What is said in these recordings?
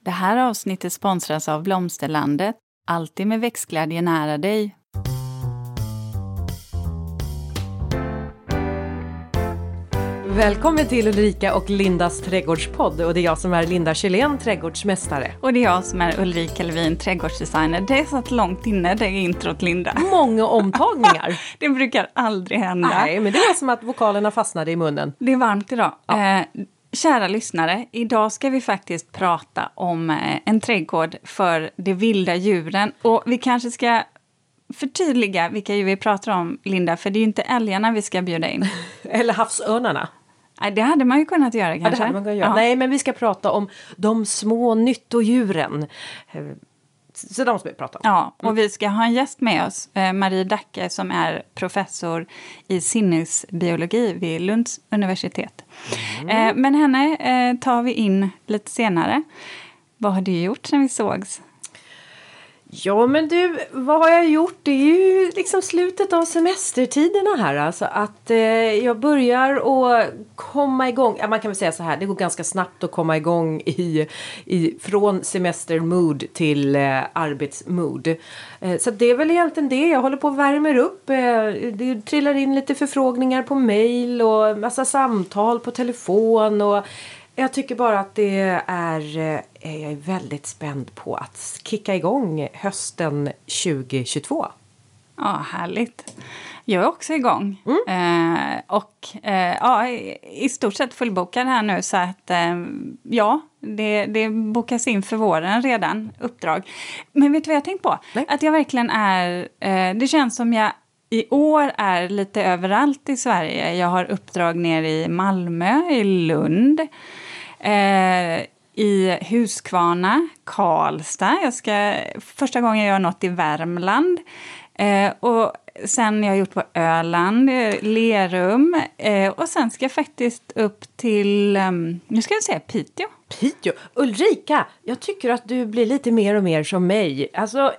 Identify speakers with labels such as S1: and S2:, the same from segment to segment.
S1: Det här avsnittet sponsras av Blomsterlandet. Alltid med växtglädje nära dig.
S2: Välkommen till Ulrika och Lindas trädgårdspodd. Och det är jag som är Linda Kjellén, trädgårdsmästare.
S1: Och det är jag som är Ulrika Levin, trädgårdsdesigner. Det är så långt inne, det är introt, Linda.
S2: Många omtagningar.
S1: Det brukar aldrig hända.
S2: Nej, men det var som att vokalerna fastnade i munnen.
S1: Det är varmt idag.
S2: Ja.
S1: Kära lyssnare, idag ska vi faktiskt prata om en trädgård för de vilda djuren. Och vi kanske ska förtydliga vilka djur vi pratar om, Linda, för det är ju inte älgarna vi ska bjuda in.
S2: Eller havsörnarna.
S1: Nej, det hade man ju kunnat göra kanske.
S2: Ja, det hade man kunnat göra. Nej, men vi ska prata om de små nyttodjuren. Så de ska vi prata om.
S1: Ja, och vi ska ha en gäst med oss, Marie Dacke, som är professor i sinnesbiologi vid Lunds universitet. Men henne tar vi in lite senare. Vad har du gjort sen vi sågs?
S2: Ja, men du, vad har jag gjort? Det är ju liksom slutet av semestertiderna här. Alltså att jag börjar att komma igång. Ja, man kan väl säga så här, det går ganska snabbt att komma igång från semestermood till arbetsmood. Så det är väl egentligen det. Jag håller på att värmer upp. Det trillar in lite förfrågningar på mejl och massa samtal på telefon och... Jag tycker bara att jag är väldigt spänd på att kicka igång hösten 2022.
S1: Ja, härligt. Jag är också igång. I stort sett fullbokad här nu. Så att det bokas in för våren redan, uppdrag. Men vet du vad jag tänkt på? Nej. Att jag verkligen är... det känns som jag i år är lite överallt i Sverige. Jag har uppdrag nere i Malmö, i Lund... i Huskvarna, Karlstad. Första gången jag gör något i Värmland. Och sen jag har gjort på Öland, Lerum. Och sen ska jag faktiskt upp till, nu ska jag säga Piteå.
S2: Piteå. Ulrika, jag tycker att du blir lite mer och mer som mig. Alltså,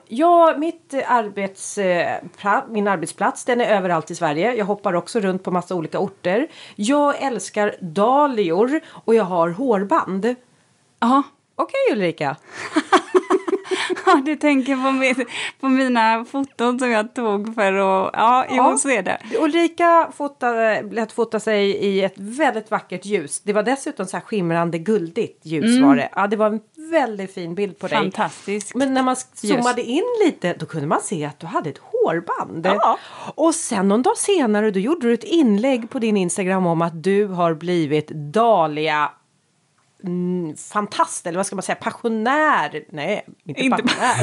S2: min arbetsplats, den är överallt i Sverige. Jag hoppar också runt på massa olika orter. Jag älskar dahlior och jag har hårband.
S1: Jaha.
S2: Okej, Ulrika.
S1: Ja, du tänker på mina foton som jag tog för att... Ja, så är det.
S2: Ulrika lät fota sig i ett väldigt vackert ljus. Det var dessutom så här skimrande guldigt ljus var det. Ja, det var en väldigt fin bild på dig.
S1: Fantastiskt.
S2: Men när man zoomade in lite, då kunde man se att du hade ett hårband.
S1: Ja.
S2: Och sen någon dag senare, då gjorde du ett inlägg på din Instagram om att du har blivit dahlia... fantast, eller vad ska man säga, passionär. Nej, inte passionär.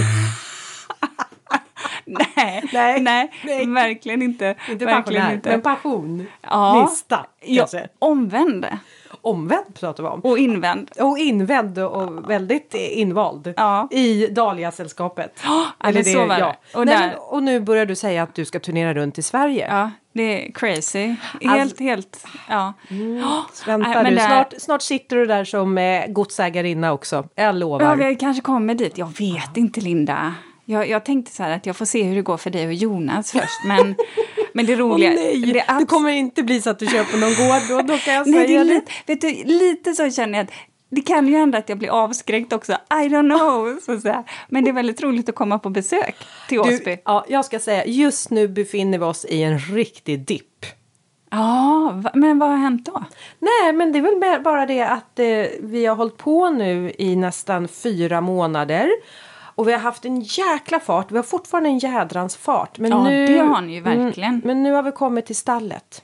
S1: nej, verkligen inte.
S2: Inte passionär, men passion.
S1: Ja.
S2: Lista, kanske.
S1: Omvänd
S2: pratar vi om.
S1: Och invänd.
S2: Och invänd och väldigt invald. Ja. I Dahlia-sällskapet.
S1: Eller det, så var det.
S2: Ja. Och nu börjar du säga att du ska turnera runt i Sverige.
S1: Ja, det är crazy. Helt, ja.
S2: Vänta du, snart sitter du där som godsägarinna också. Jag lovar.
S1: Ja, vi kanske kommer dit. Jag vet inte, Linda. Jag tänkte så här att jag får se hur det går för dig och Jonas först. Men det roliga...
S2: nej, det kommer inte bli så att du köper någon gård. Då kan jag säga
S1: det. Lite så känner jag att det kan ju hända att jag blir avskräckt också. I don't know. Så här. Men det är väldigt roligt att komma på besök till Åsby.
S2: Ja, jag ska säga, just nu befinner vi oss i en riktig dipp.
S1: Ja, men vad har hänt då?
S2: Nej, men det är väl bara det att vi har hållit på nu i nästan 4 månader. Och vi har haft en jäkla fart. Vi har fortfarande en jädrans fart. Men
S1: det har ni ju verkligen.
S2: Men nu har vi kommit till stallet.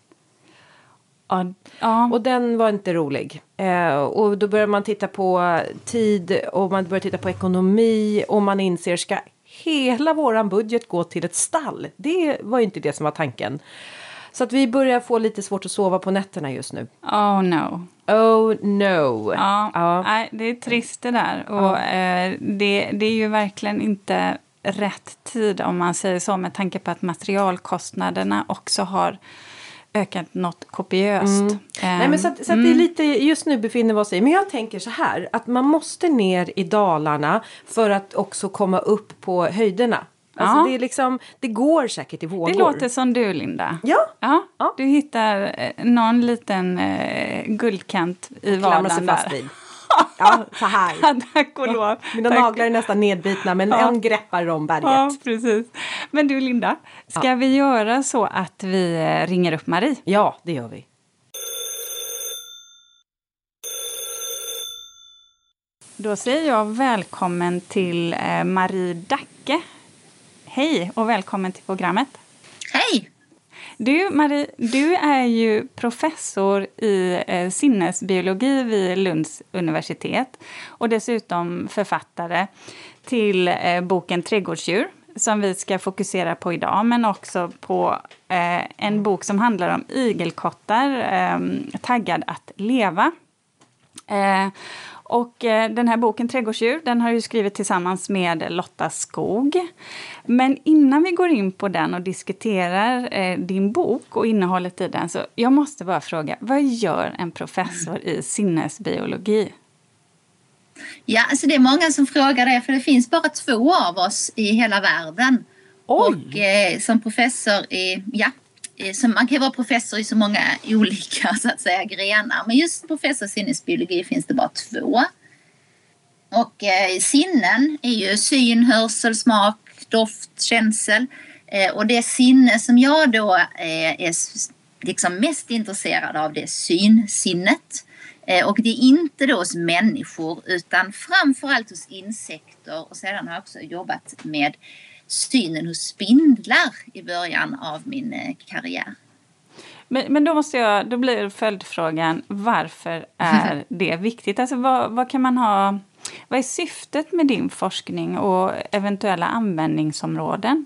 S1: Ja.
S2: Och den var inte rolig. Och då börjar man titta på tid och man börjar titta på ekonomi. Och man inser, ska hela våran budget gå till ett stall? Det var ju inte det som var tanken. Så att vi börjar få lite svårt att sova på nätterna just nu.
S1: Oh no.
S2: Ja.
S1: Nej, det är trist det där. Och det är ju verkligen inte rätt tid om man säger så. Med tanke på att materialkostnaderna också har ökat något kopiöst.
S2: Nej, men så att det är lite, just nu befinner vi oss i. Men jag tänker så här, att man måste ner i Dalarna för att också komma upp på höjderna. Alltså det är liksom, det går säkert i vågor.
S1: Det låter som du, Linda.
S2: Ja.
S1: Du hittar någon liten guldkant i vardagen där.
S2: Ja, så här.
S1: Tack och lov.
S2: Mina naglar är nästan nedbitna, men en greppar om berget.
S1: Ja, precis. Men du Linda, ska vi göra så att vi ringer upp Marie?
S2: Ja, det gör vi.
S1: Då säger jag välkommen till Marie Dacke. Hej och välkommen till programmet.
S3: Hej!
S1: Du Marie, du är ju professor i sinnesbiologi vid Lunds universitet och dessutom författare till boken Trädgårdsdjur som vi ska fokusera på idag, men också på en bok som handlar om igelkottar, taggad att leva. Och den här boken Trädgårdsdjur, den har du skrivit tillsammans med Lotta Skog. Men innan vi går in på den och diskuterar din bok och innehållet i den, så jag måste bara fråga, vad gör en professor i sinnesbiologi?
S3: Ja, alltså det är många som frågar det, för det finns bara 2 av oss i hela världen.
S2: Oj.
S3: Och som professor i, som man kan vara professor i så många olika så att säga grenar, men just professor i sinnesbiologi finns det bara 2. Och sinnen är ju syn, hörsel, smak, doft, känsel. Och det sinne som jag då är liksom mest intresserad av, det är synsinnet. Och det är inte då hos människor utan framförallt hos insekter, och sedan har jag också jobbat med synen hos spindlar i början av min karriär.
S1: Men då blir följdfrågan, varför är det viktigt? Alltså vad kan man ha, vad är syftet med din forskning och eventuella användningsområden?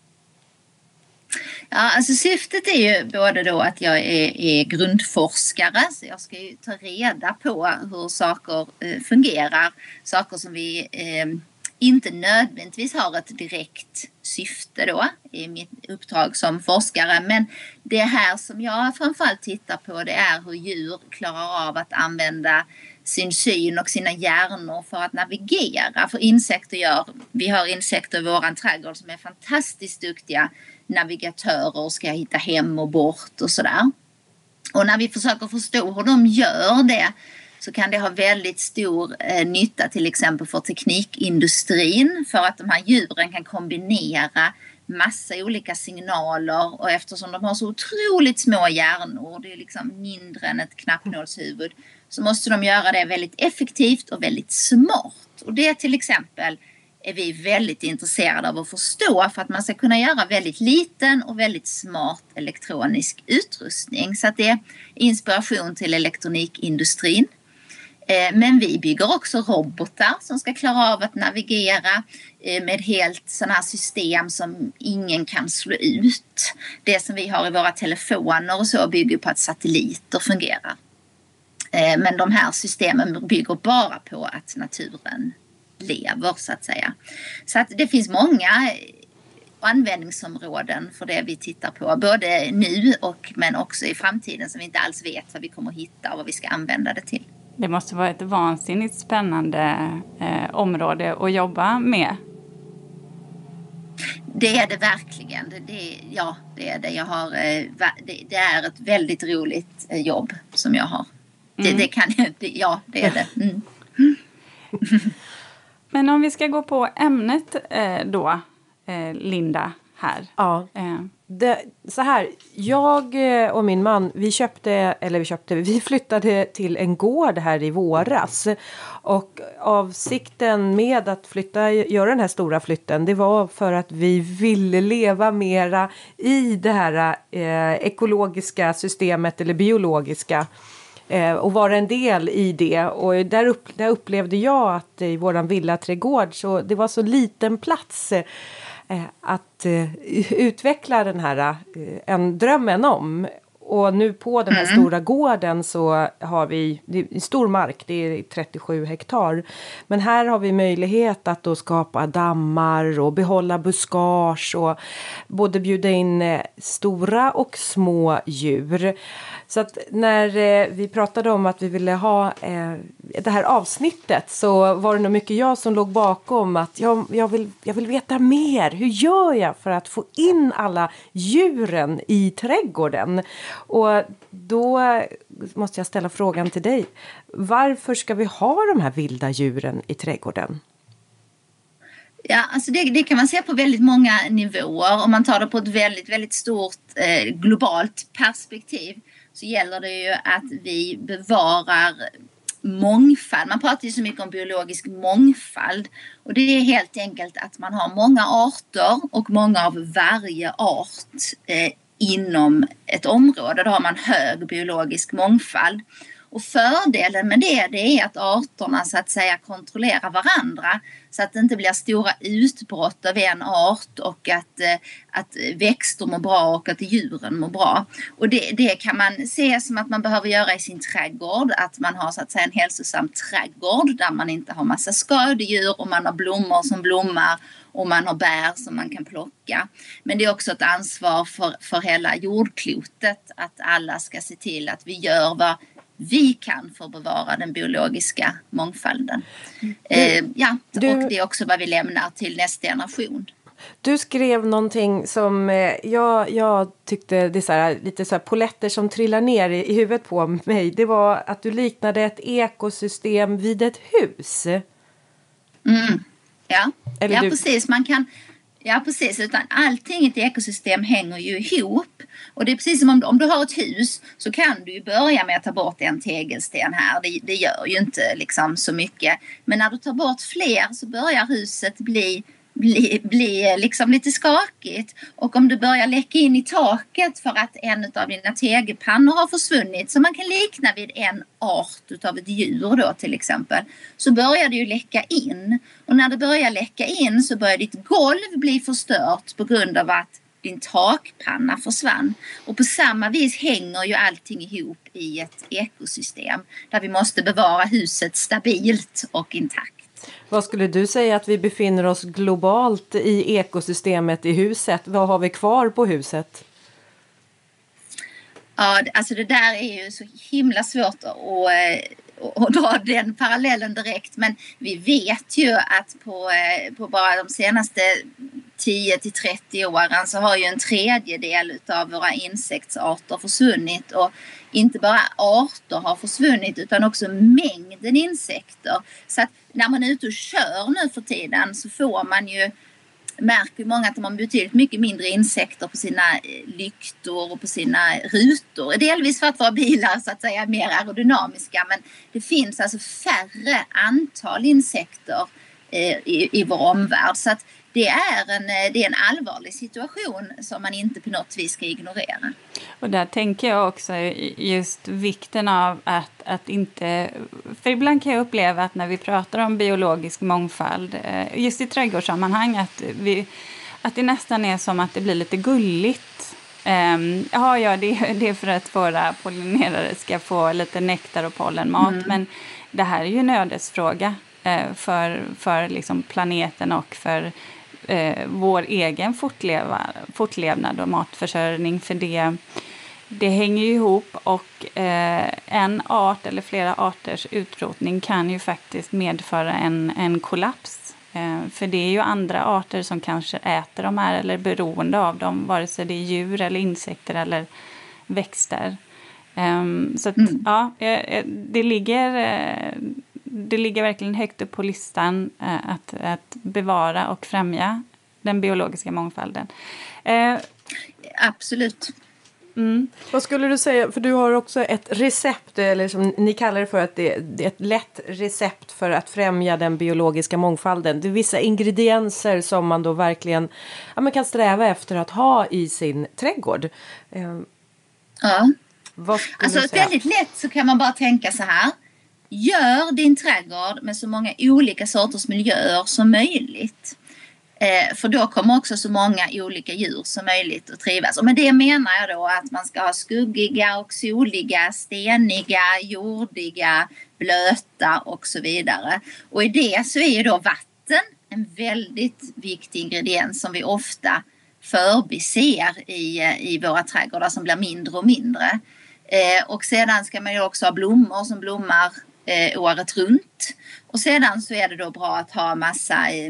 S3: Ja, alltså syftet är ju både då att jag är grundforskare, så jag ska ju ta reda på hur saker fungerar, saker som vi inte nödvändigtvis har ett direkt syfte då i mitt uppdrag som forskare, men det här som jag framförallt tittar på, det är hur djur klarar av att använda sin syn och sina hjärnor för att navigera. För vi har insekter i våran trädgård som är fantastiskt duktiga navigatörer och ska hitta hem och bort och sådär. Och när vi försöker förstå hur de gör det, så kan det ha väldigt stor nytta till exempel för teknikindustrin, för att de här djuren kan kombinera massa olika signaler, och eftersom de har så otroligt små hjärnor, det är liksom mindre än ett knappnålshuvud, så måste de göra det väldigt effektivt och väldigt smart. Och det till exempel är vi väldigt intresserade av att förstå, för att man ska kunna göra väldigt liten och väldigt smart elektronisk utrustning. Så att det är inspiration till elektronikindustrin. Men vi bygger också robotar som ska klara av att navigera med helt sådana här system som ingen kan slå ut. Det som vi har i våra telefoner och så bygger på att satelliter fungerar. Men de här systemen bygger bara på att naturen lever så att säga. Så att det finns många användningsområden för det vi tittar på, både nu men också i framtiden, som vi inte alls vet vad vi kommer att hitta och vad vi ska använda det till.
S1: Det måste vara ett vansinnigt spännande område att jobba med.
S3: Det är det verkligen. Det är det. Det är ett väldigt roligt jobb som jag har. Det är det. Mm.
S1: Men om vi ska gå på ämnet då, Linda, här.
S2: Ja. Så här, jag och min man, vi flyttade till en gård här i våras. Och avsikten med att göra den här stora flytten, det var för att vi ville leva mera i det här ekologiska systemet eller biologiska. Och vara en del i det. Och där upplevde jag att i våran villaträdgård, så det var så liten plats att utveckla den här drömmen om. Och nu på den här stora gården så har vi, det är stor mark, det är 37 hektar. Men här har vi möjlighet att då skapa dammar och behålla buskage och både bjuda in stora och små djur. Så att när vi pratade om att vi ville ha det här avsnittet, så var det nog mycket jag som låg bakom att jag vill veta mer. Hur gör jag för att få in alla djuren i trädgården? Och då måste jag ställa frågan till dig. Varför ska vi ha de här vilda djuren i trädgården?
S3: Ja, alltså det kan man se på väldigt många nivåer. Om man tar det på ett väldigt, väldigt stort globalt perspektiv så gäller det ju att vi bevarar mångfald. Man pratar ju så mycket om biologisk mångfald och det är helt enkelt att man har många arter och många av varje art inom ett område. Då har man hög biologisk mångfald. Och fördelen med det är att arterna så att säga kontrollerar varandra så att det inte blir stora utbrott av en art och att växter mår bra och att djuren mår bra. Och det kan man se som att man behöver göra i sin trädgård, att man har så att säga en hälsosam trädgård där man inte har massa skadedjur och man har blommor som blommar och man har bär som man kan plocka. Men det är också ett ansvar för hela jordklotet att alla ska se till att vi gör vad vi kan för att bevara den biologiska mångfalden. Och det är också vad vi lämnar till nästa generation.
S2: Du skrev någonting som jag tyckte det är så här, lite så här poletter som trillar ner i huvudet på mig. Det var att du liknade ett ekosystem vid ett hus.
S3: Ja, precis. Ja, precis. Utan allting i ett ekosystem hänger ju ihop. Och det är precis som om du har ett hus så kan du ju börja med att ta bort en tegelsten här. Det gör ju inte liksom så mycket. Men när du tar bort fler så börjar huset bli liksom lite skakigt. Och om du börjar läcka in i taket för att en av dina tegelpannor har försvunnit, så man kan likna vid en art utav ett djur då till exempel, så börjar det ju läcka in. Och när det börjar läcka in så börjar ditt golv bli förstört på grund av att din takpanna försvann. Och på samma vis hänger ju allting ihop i ett ekosystem där vi måste bevara huset stabilt och intakt.
S2: Vad skulle du säga att vi befinner oss globalt i ekosystemet i huset? Vad har vi kvar på huset? Ja,
S3: alltså det där är ju så himla svårt att dra den parallellen direkt. Men vi vet ju att på bara de senaste 10-30 åren så har ju en tredjedel av våra insektsarter försvunnit. Och inte bara arter har försvunnit utan också mängden insekter. Så att när man är ute och kör nu för tiden så får man ju, märker många att de har betydligt mycket mindre insekter på sina lyktor och på sina rutor. Delvis för att våra bilar så att säga är mer aerodynamiska, men det finns alltså färre antal insekter i vår omvärld. Så att det är en allvarlig situation som man inte på något vis ska ignorera.
S1: Och där tänker jag också just vikten av att inte... För ibland kan jag uppleva att när vi pratar om biologisk mångfald, just i trädgårdssammanhang, att det nästan är som att det blir lite gulligt. Det är för att våra pollinerare ska få lite nektar och pollenmat. Men det här är ju en ödesfråga för liksom planeten och för vår egen fortlevnad och matförsörjning, för det hänger ju ihop, och en art eller flera arters utrotning kan ju faktiskt medföra en kollaps, för det är ju andra arter som kanske äter de här eller är beroende av dem, vare sig det är djur eller insekter eller växter. Så att, det ligger verkligen högt upp på listan att bevara och främja den biologiska mångfalden.
S3: Absolut.
S2: Vad skulle du säga, för du har också ett recept, eller som ni kallar det för, att det är ett lätt recept för att främja den biologiska mångfalden. Det är vissa ingredienser som man då verkligen man kan sträva efter att ha i sin trädgård.
S3: Ja. Alltså väldigt lätt så kan man bara tänka så här: gör din trädgård med så många olika sorters miljöer som möjligt. För då kommer också så många olika djur som möjligt att trivas. Och med det menar jag då att man ska ha skuggiga och soliga, steniga, jordiga, blöta och så vidare. Och i det så är ju då vatten en väldigt viktig ingrediens som vi ofta förbiser i våra trädgårdar, som blir mindre och mindre. Och sedan ska man ju också ha blommor som blommar året runt. Och sedan så är det då bra att ha massa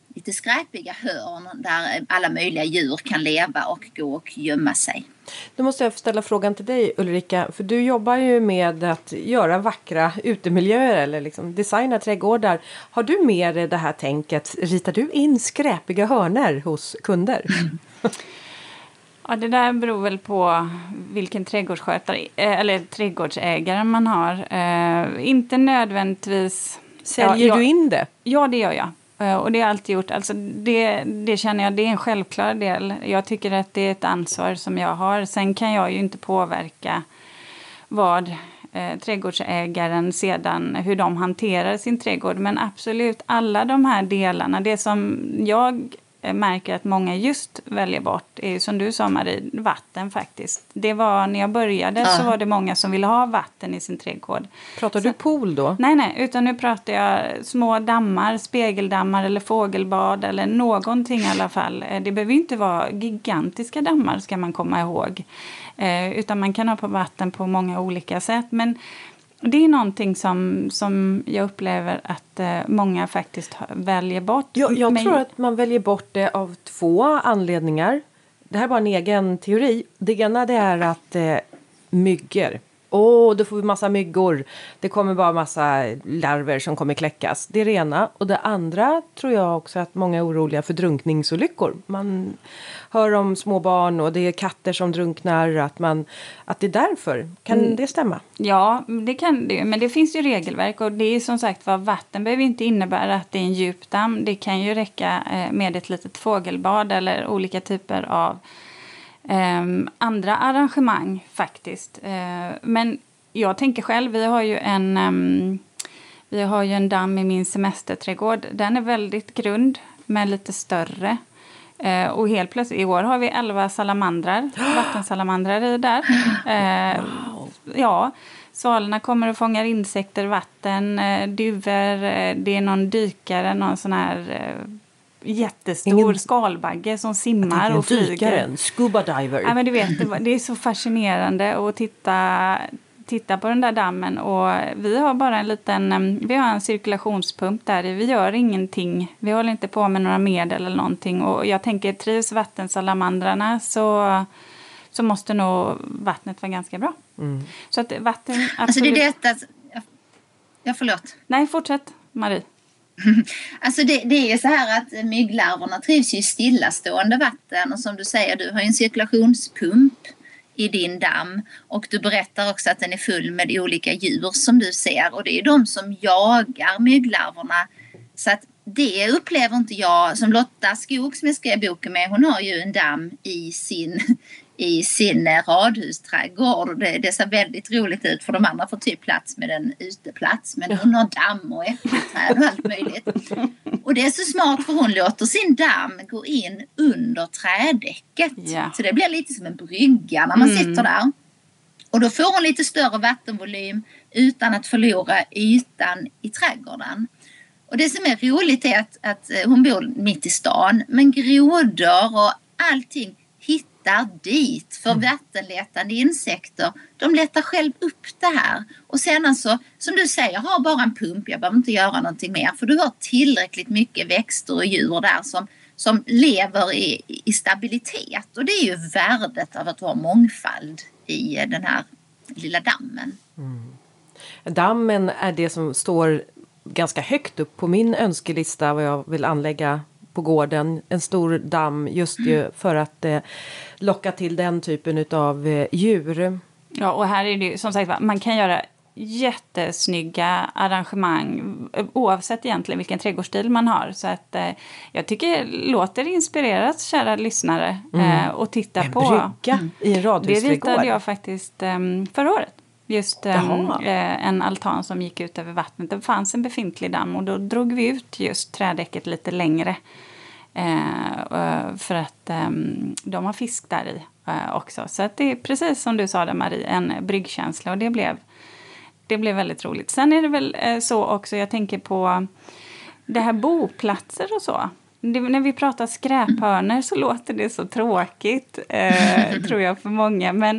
S3: lite skräpiga hörn där alla möjliga djur kan leva och gå och gömma sig.
S2: Då måste jag ställa frågan till dig, Ulrika, för du jobbar ju med att göra vackra utemiljöer eller liksom designa trädgårdar. Har du med dig det här tänket? Ritar du in skräpiga hörnor hos kunder?
S1: Ja, det där beror väl på vilken trädgårdsskötare eller trädgårdsägare man har. Inte nödvändigtvis.
S2: Säljer du in det?
S1: Ja, det gör jag. Och det har jag alltid gjort. Alltså det känner jag, det är en självklar del. Jag tycker att det är ett ansvar som jag har. Sen kan jag ju inte påverka vad trädgårdsägaren sedan, hur de hanterar sin trädgård. Men absolut, alla de här delarna, det som jag märker att många just väljer bort är, som du sa Marie, vatten faktiskt. Det var när jag började så var det många som ville ha vatten i sin trädgård.
S2: Pratar du pool då?
S1: Nej, utan nu pratar jag små dammar, spegeldammar eller fågelbad eller någonting i alla fall. Det behöver inte vara gigantiska dammar, ska man komma ihåg. Utan man kan ha på vatten på många olika sätt. Men det är någonting som jag upplever att många faktiskt väljer bort.
S2: Jag tror att man väljer bort det av 2 anledningar. Det här är bara en egen teori. Det ena det är att myggor. Då får vi massa myggor. Det kommer bara massa larver som kommer kläckas. Det är det ena. Och det andra tror jag också att många är oroliga för drunkningsolyckor. Man hör om små barn och det är katter som drunknar. Att det är därför. Kan det stämma?
S1: Ja, det kan det. Men det finns ju regelverk. Och det är som sagt vad vatten behöver inte innebära att det är en djup damm. Det kan ju räcka med ett litet fågelbad eller olika typer av andra arrangemang faktiskt. Men jag tänker själv, vi har ju en damm i min semesterträdgård. Den är väldigt grund men lite större. Och helt plötsligt i år har vi 11 salamandrar, vattensalamandrar i där. Ja, svalorna kommer och fångar insekter, vatten, duvor, det är någon dykare, någon sån här jättestor skalbagge som simmar och flyger.
S2: Dykaren, scuba diver.
S1: Ja, men du vet, det är så fascinerande att titta på den där dammen. Och vi har bara vi har en cirkulationspump där. Vi gör ingenting. Vi håller inte på med några medel eller någonting. Och jag tänker, trivs vattensalamandrarna så måste nog vattnet vara ganska bra. Mm. Så att vatten absolut.
S3: Alltså det är detta. Ja, förlåt.
S1: Nej, fortsätt Marie.
S3: Alltså det är så här att mygglarverna trivs ju i stillastående vatten och som du säger, du har ju en cirkulationspump i din damm och du berättar också att den är full med olika djur som du ser och det är de som jagar mygglarverna, så att det upplever inte jag. Som Lotta Skog som jag skrev boken med, hon har ju en damm i sin radhusträdgård och det ser väldigt roligt ut för de andra får typ plats med en uteplats, men hon har damm och äppelträd och allt möjligt. Och det är så smart för hon låter sin damm gå in under träddäcket. Yeah. Så det blir lite som en brygga när man sitter där. Och då får hon lite större vattenvolym utan att förlora ytan i trädgården. Och det som är roligt är att hon bor mitt i stan, men grodor och allting hittar dit, för vattenletande insekter, de letar själv upp det här. Och sen alltså, som du säger, jag har bara en pump, jag behöver inte göra någonting mer, för du har tillräckligt mycket växter och djur där som lever i stabilitet. Och det är ju värdet av att vara mångfald i den här lilla dammen.
S2: Dammen är det som står ganska högt upp på min önskelista vad jag vill anlägga på gården. En stor damm just ju för att locka till den typen av djur. Ja,
S1: och här är det som sagt, man kan göra jättesnygga arrangemang oavsett egentligen vilken trädgårdsstil man har. Så att jag tycker låter inspirerat, kära lyssnare, och titta på.
S2: En brygga i en radhusträdgård.
S1: Det ritade jag faktiskt förra året. Just en altan som gick ut över vattnet. Det fanns en befintlig damm och då drog vi ut just trädäcket lite längre. För att de har fisk där i också. Så att det är precis som du sa där Marie, en bryggkänsla. Och det blev väldigt roligt. Sen är det väl så också, jag tänker på det här boplatser och så. När vi pratar skräphörnor så låter det så tråkigt, tror jag för många. Men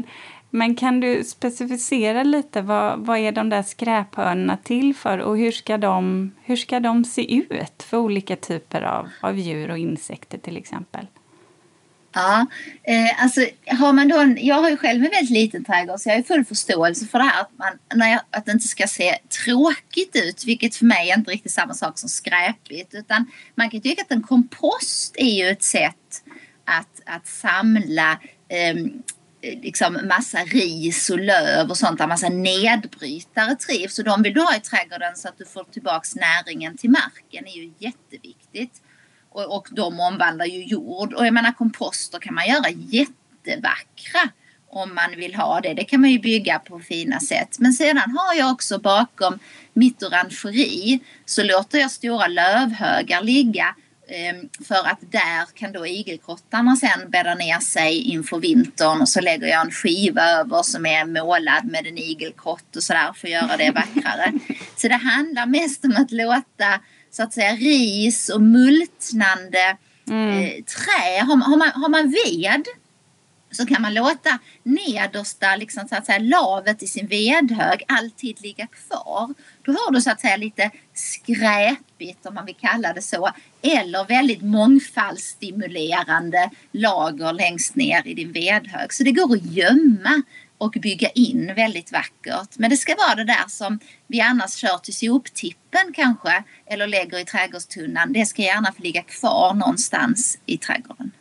S1: Men kan du specificera lite vad är de där skräphörnorna till för och hur ska de se ut för olika typer av djur och insekter till exempel?
S3: Ja, alltså har man då jag har ju själv en väldigt liten trädgård så jag har full förståelse för det här att det inte ska se tråkigt ut, vilket för mig är inte riktigt samma sak som skräpigt, utan man kan tycka att en kompost är ju ett sätt att samla liksom massa ris och löv och sånt där massa nedbrytare trivs, och de vill du ha i trädgården så att du får tillbaks näringen till marken är ju jätteviktigt. Och de omvandlar ju jord. Och jag menar komposter kan man göra jättevackra om man vill ha det. Det kan man ju bygga på fina sätt. Men sedan har jag också bakom mitt orangeri så låter jag stora lövhögar ligga. För att där kan då igelkottarna sen bädda ner sig inför vintern. Och så lägger jag en skiva över som är målad med en igelkott och sådär för att göra det vackrare. Så det handlar mest om att låta så att säga ris och multnande trä. Har man ved så kan man låta nedersta liksom, så att säga, lavet i sin vedhög alltid ligga kvar. Då har du så att säga lite skräpigt om man vill kalla det så. Eller väldigt mångfaldsstimulerande lager längst ner i din vedhög. Så det går att gömma och bygga in väldigt vackert. Men det ska vara det där som vi annars kör till soptippen kanske. Eller lägger i trädgårdstunnan. Det ska gärna få ligga kvar någonstans i trädgården.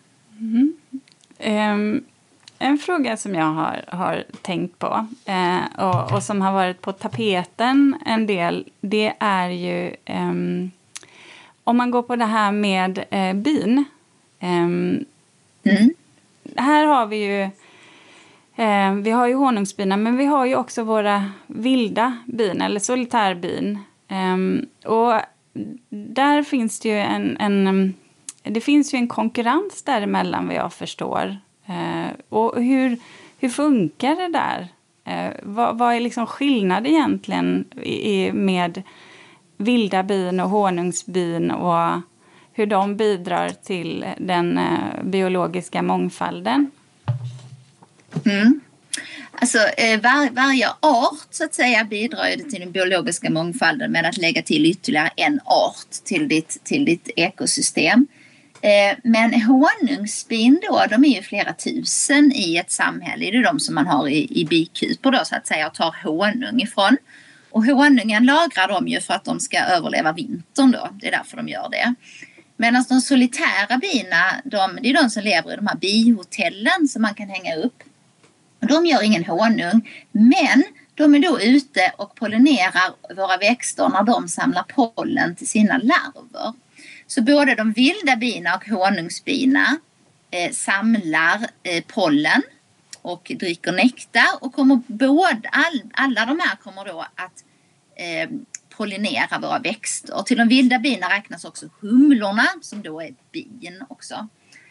S1: En fråga som jag har tänkt på och som har varit på tapeten en del. Det är ju om man går på det här med bin. Här har vi ju vi har ju honungsbina, men vi har ju också våra vilda bin eller solitärbin. Och där finns det ju det finns ju en konkurrens däremellan vad jag förstår. Och hur funkar det där? Vad är liksom skillnad egentligen med vilda bin och honungsbin och hur de bidrar till den biologiska mångfalden?
S3: Alltså varje art så att säga bidrar ju till den biologiska mångfalden med att lägga till ytterligare en art till ditt ekosystem. Men honungsbin då, de är ju flera tusen i ett samhälle. Det är de som man har i bikupor då så att säga och tar honung ifrån. Och honungen lagrar de ju för att de ska överleva vintern då. Det är därför de gör det. Medan de solitära bina, det är de som lever i de här bihotellen som man kan hänga upp. De gör ingen honung, men de är då ute och pollinerar våra växter när de samlar pollen till sina larver. Så både de vilda bina och honungsbina samlar pollen och dricker nektar. Och alla de här kommer då att pollinera våra växter. Och till de vilda bina räknas också humlorna som då är bin också.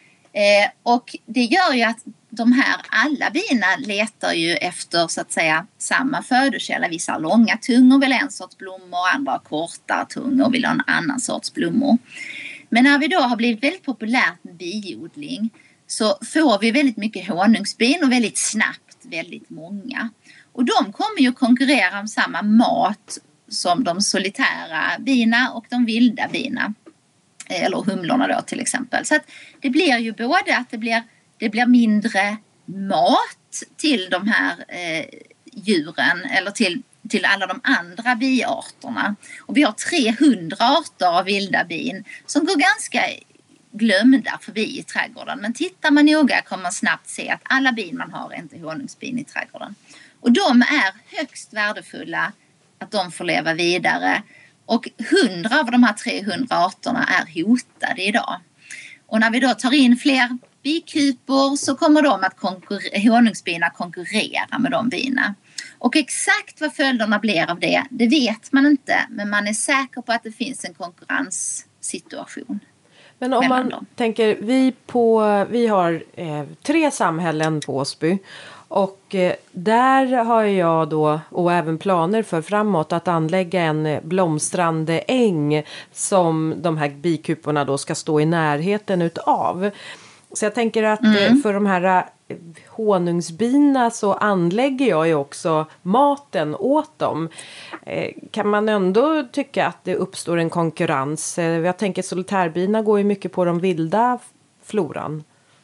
S3: Och det gör ju att alla bina letar ju efter så att säga samma födokälla. Vissa har långa tungor vill en sorts blommor, andra har kortare tungor och vill ha en annan sorts blommor. Men när vi då har blivit väldigt populärt med biodling så får vi väldigt mycket honungsbin och väldigt snabbt väldigt många. Och de kommer ju konkurrera om samma mat som de solitära bina och de vilda bina. Eller humlorna då till exempel. Så att det blir ju både att det blir mindre mat till de här djuren eller till alla de andra biarterna. Och vi har 300 arter av vilda bin som går ganska glömda förbi i trädgården. Men tittar man noga kommer man snabbt se att alla bin man har är inte honungsbin i trädgården. Och de är högst värdefulla att de får leva vidare. Och 100 av de här 300 arterna är hotade idag. Och när vi då tar in fler bikupor så kommer de att honungsbina konkurrera med de bina. Och exakt vad följderna blir av det vet man inte. Men man är säker på att det finns en konkurrenssituation.
S2: Men om man tänker, vi har 3 samhällen på Åsby. Och där har jag då, och även planer för framåt, att anlägga en blomstrande äng som de här bikuporna då ska stå i närheten utav. Så jag tänker att för de här honungsbina så anlägger jag ju också maten åt dem. Kan man ändå tycka att det uppstår en konkurrens? Jag tänker solitärbyna går ju mycket på de vilda floran.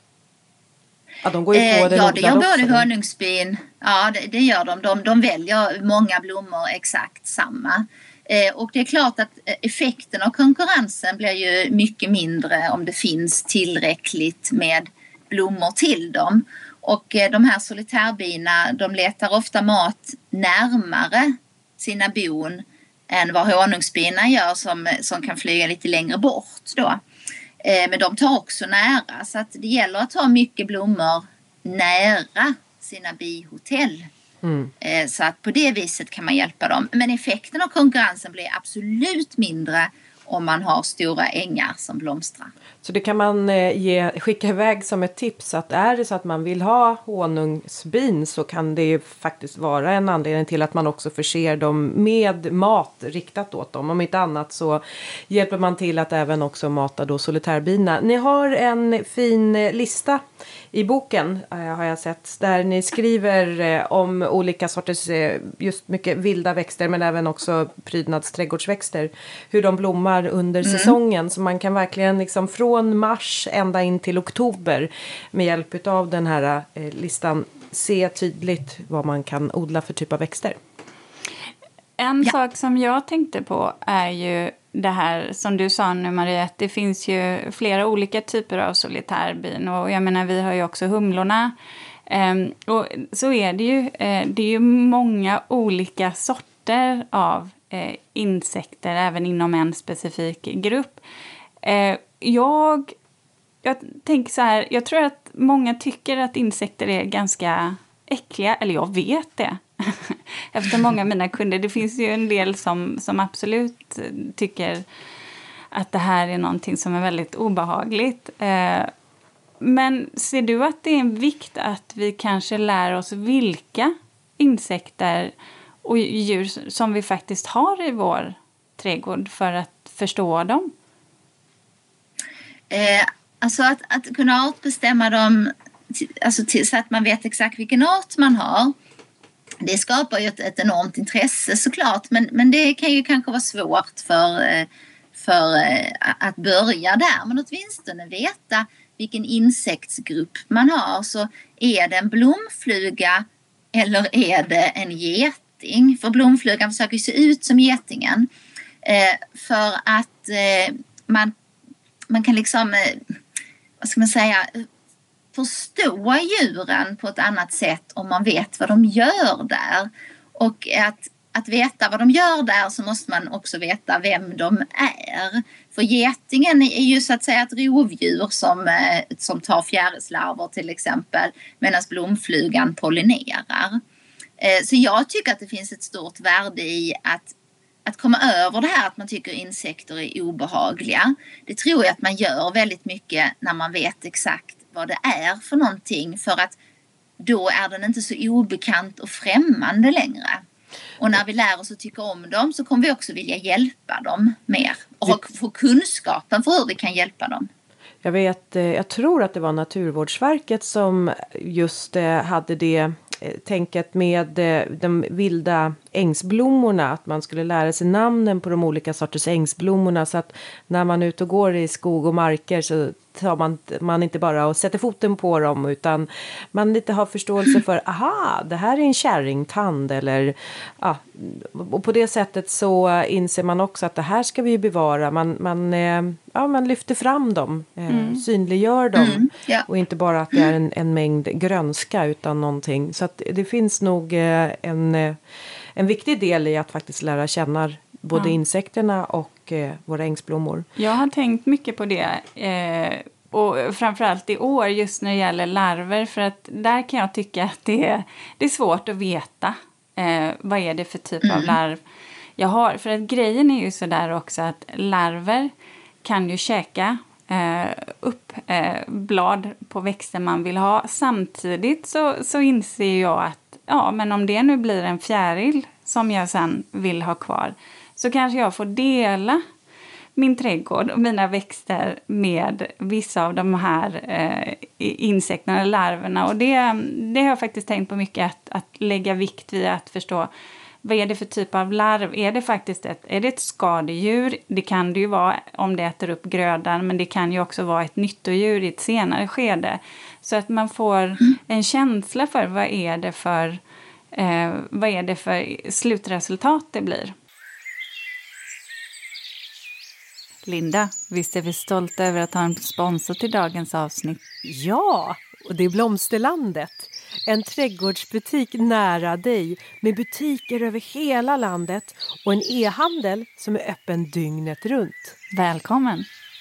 S2: Ja, de går ju på den
S3: det gör
S2: också.
S3: både honungsbin. Ja, det gör de. De väljer många blommor exakt samma. Och det är klart att effekten av konkurrensen blir ju mycket mindre om det finns tillräckligt med blommor till dem. Och de här solitärbyna, de letar ofta mat närmare sina bon än vad honungsbina gör som kan flyga lite längre bort då. Men de tar också nära, så att det gäller att ha mycket blommor nära sina bihotell. Så att på det viset kan man hjälpa dem. Men effekten av konkurrensen blir absolut mindre om man har stora ängar som blomstrar.
S2: Så det kan man skicka iväg som ett tips, att är det så att man vill ha honungsbin så kan det faktiskt vara en anledning till att man också förser dem med mat riktat åt dem. Om inte annat så hjälper man till att även också mata då solitärbina. Ni har en fin lista i boken, har jag sett, där ni skriver om olika sorters, just mycket vilda växter men även också prydnadsträdgårdsväxter, hur de blommar under säsongen. Så man kan verkligen liksom från mars ända in till oktober med hjälp av den här listan se tydligt vad man kan odla för typ av växter.
S1: En sak som jag tänkte på är ju det här som du sa nu, Maria, att det finns ju flera olika typer av solitärbin. Och jag menar, vi har ju också humlorna. Och så är det ju. Det är ju många olika sorter av insekter även inom en specifik grupp. Jag tänker så här, jag tror att många tycker att insekter är ganska äckliga, eller jag vet det. Efter många av mina kunder. Det finns ju en del som absolut tycker att det här är någonting som är väldigt obehagligt. Men ser du att det är en vikt att vi kanske lär oss vilka insekter och djur som vi faktiskt har i vår trädgård för att förstå dem?
S3: Alltså att kunna artbestämma dem, alltså så att man vet exakt vilken art man har. Det skapar ju ett enormt intresse såklart, men det kan ju kanske vara svårt för att börja där. Men åtminstone veta vilken insektsgrupp man har. Så är det en blomfluga eller är det en geting? För blomflugan försöker se ut som getingen. För att man kan liksom, vad ska man säga, förstå djuren på ett annat sätt om man vet vad de gör där. Och att veta vad de gör där, så måste man också veta vem de är. För getingen är ju så att säga ett rovdjur som tar fjärilslarver till exempel, medan blomflugan pollinerar. Så jag tycker att det finns ett stort värde i att komma över det här att man tycker insekter är obehagliga. Det tror jag att man gör väldigt mycket när man vet exakt vad det är för någonting, för att då är den inte så obekant och främmande längre. Och när vi lär oss att tycka om dem så kommer vi också vilja hjälpa dem mer och få kunskapen för hur vi kan hjälpa dem.
S2: Jag tror att det var Naturvårdsverket som just hade det tänket med de vilda ängsblommorna, att man skulle lära sig namnen på de olika sorters ängsblommorna, så att när man är ute och går i skog och marker så tar man inte bara och sätter foten på dem, utan man lite har förståelse för, aha, det här är en kärringtand, eller ja, och på det sättet så inser man också att det här ska vi ju bevara. Man lyfter fram dem, synliggör dem, och inte bara att det är en mängd grönska utan någonting. Så att det finns nog en viktig del i att faktiskt lära känna både insekterna och våra ängsblommor.
S1: Jag har tänkt mycket på det. Och framförallt i år just när det gäller larver. För att där kan jag tycka att det är svårt att veta. Vad är det för typ av larv jag har. För att grejen är ju sådär också att larver kan ju käka upp blad på växter man vill ha. Samtidigt så inser jag att men om det nu blir en fjäril som jag sen vill ha kvar, så kanske jag får dela min trädgård och mina växter med vissa av de här insekterna, larverna. Och det har jag faktiskt tänkt på mycket, att lägga vikt vid att förstå vad är det för typ av larv. Är det faktiskt ett skadedjur? Det kan det ju vara om det äter upp grödan, men det kan ju också vara ett nyttodjur i ett senare skede. Så att man får en känsla för vad är det för slutresultat det blir. Linda, visst är vi stolta över att ha en sponsor till dagens avsnitt?
S2: Ja, och det är Blomsterlandet. En trädgårdsbutik nära dig med butiker över hela landet och en e-handel som är öppen dygnet runt.
S1: Välkommen!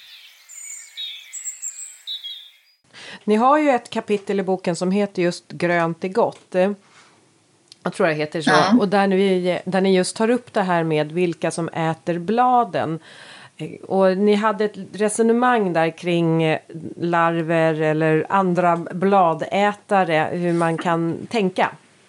S2: Ni har ju ett kapitel i boken som heter just Grönt är gott. Jag tror det heter så. Ja. Och där ni just tar upp det här med vilka som äter bladen. Och ni hade ett resonemang där kring larver eller andra bladätare, hur man kan tänka.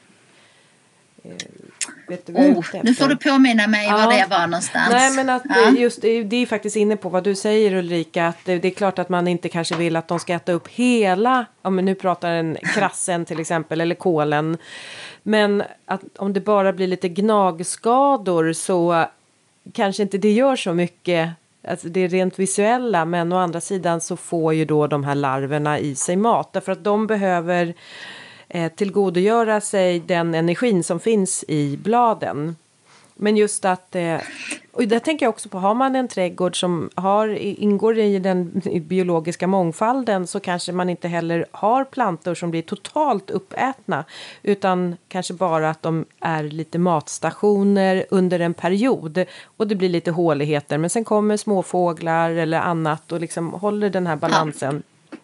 S3: Vet du nu får du påminna mig var det var någonstans.
S2: Nej, men att just det är faktiskt inne på vad du säger, Ulrika, att det är klart att man inte kanske vill att de ska äta upp hela, men nu pratar en krassen till exempel, eller kålen. Men att om det bara blir lite gnagskador så kanske inte det gör så mycket. Alltså det är rent visuella, men å andra sidan så får ju då de här larverna i sig mat. Därför att de behöver tillgodogöra sig den energin som finns i bladen. Men just att, och där tänker jag också på, har man en trädgård som ingår i den biologiska mångfalden, så kanske man inte heller har plantor som blir totalt uppätna, utan kanske bara att de är lite matstationer under en period och det blir lite håligheter, men sen kommer småfåglar eller annat och liksom håller den här balansen.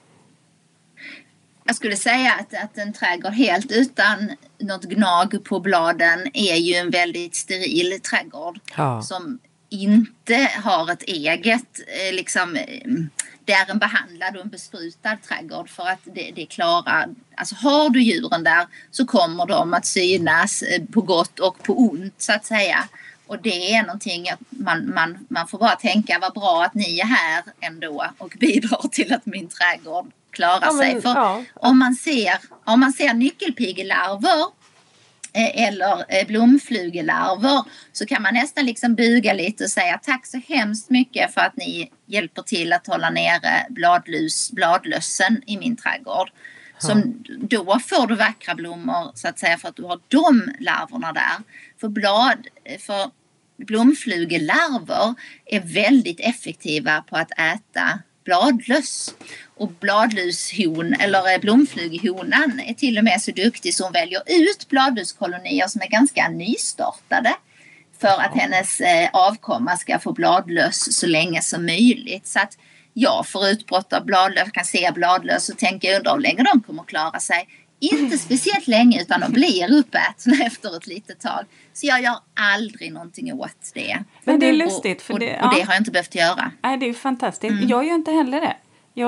S3: Jag skulle säga att en trädgård helt utan något gnag på bladen är ju en väldigt steril trädgård. Ja. Som inte har ett eget, liksom, det är en behandlad och en besprutad trädgård, för att det klarar, alltså har du djuren där så kommer de att synas på gott och på ont, så att säga. Och det är någonting att man får bara tänka, vad bra att ni är här ändå och bidrar till att min trädgård klarar sig. För om man ser nyckelpigelarver eller blomflugelarver, så kan man nästan liksom buga lite och säga tack så hemskt mycket för att ni hjälper till att hålla nere bladlössen i min trädgård. Som då får du vackra blommor, så att säga, för att du har de larverna där. För blomflugelarver är väldigt effektiva på att äta bladlöss. Och bladlushon eller blomflugehonan är till och med så duktig så hon väljer ut bladluskolonier som är ganska nystartade för att hennes avkomma ska få bladlöss så länge som möjligt. Så att jag får utbrott av bladlöss, kan se bladlöss och tänker undra hur länge de kommer att klara sig. Inte speciellt länge, utan de blir uppätna efter ett litet tag. Så jag gör aldrig någonting åt det.
S1: Men det är lustigt.
S3: Och det har jag inte behövt göra.
S1: Nej, det är fantastiskt. Jag gör inte heller det.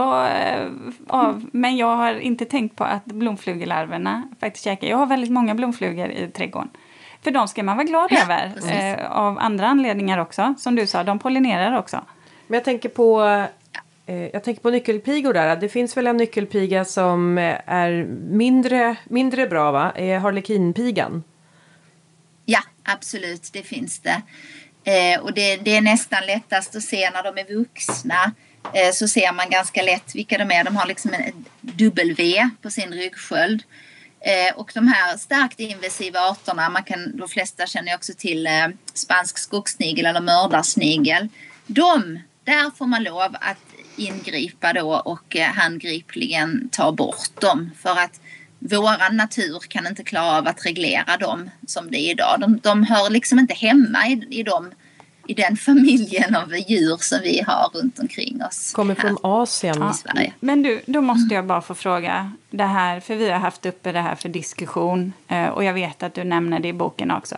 S1: Men jag har inte tänkt på att blomflugelarverna faktiskt käkar. Jag har väldigt många blomflugor i trädgården. För de ska man vara glad över. Av andra anledningar också. Som du sa, de pollinerar också.
S2: Men jag tänker på nyckelpigor där. Det finns väl en nyckelpiga som är mindre bra, va? Harlekinpigan.
S3: Ja, absolut. Det finns det. Och det är nästan lättast att se när de är vuxna. Så ser man ganska lätt vilka de är. De har liksom en W på sin ryggsköld. Och de här starkt invasiva arterna, de flesta känner också till spansk skogssnigel eller mördarsnigel. Där får man lov att ingripa då och handgripligen ta bort dem. För att våran natur kan inte klara av att reglera dem som det är idag. De hör liksom inte hemma i den familjen av djur som vi har runt omkring oss.
S2: Kommer från Asien
S3: i Sverige.
S1: Men då måste jag bara få fråga det här, för vi har haft uppe det här för diskussion och jag vet att du nämner det i boken också.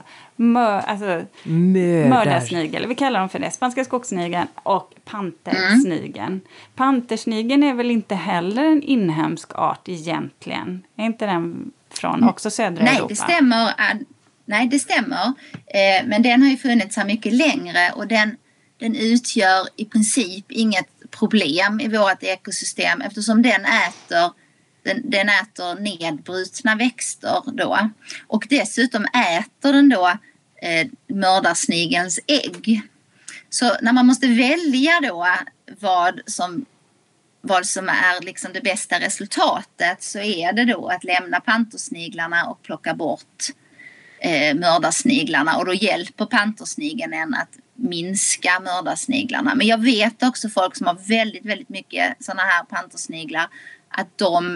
S1: Mördarsnigel, vi kallar dem för det. Spanska skogssnigeln och pantersnigeln. Pantersnigeln är väl inte heller en inhemsk art egentligen? Är inte den från också södra Europa?
S3: Nej, det stämmer. Men den har ju funnits här mycket längre och den utgör i princip inget problem i vårt ekosystem eftersom den äter nedbrutna växter då. Och dessutom äter den då mördarsnigelns ägg. Så när man måste välja då vad som är liksom det bästa resultatet så är det då att lämna pantersniglarna och plocka bort mördarsniglarna. Och då hjälper pantersnigeln en att minska mördarsniglarna. Men jag vet också folk som har väldigt, väldigt mycket sådana här pantersniglar att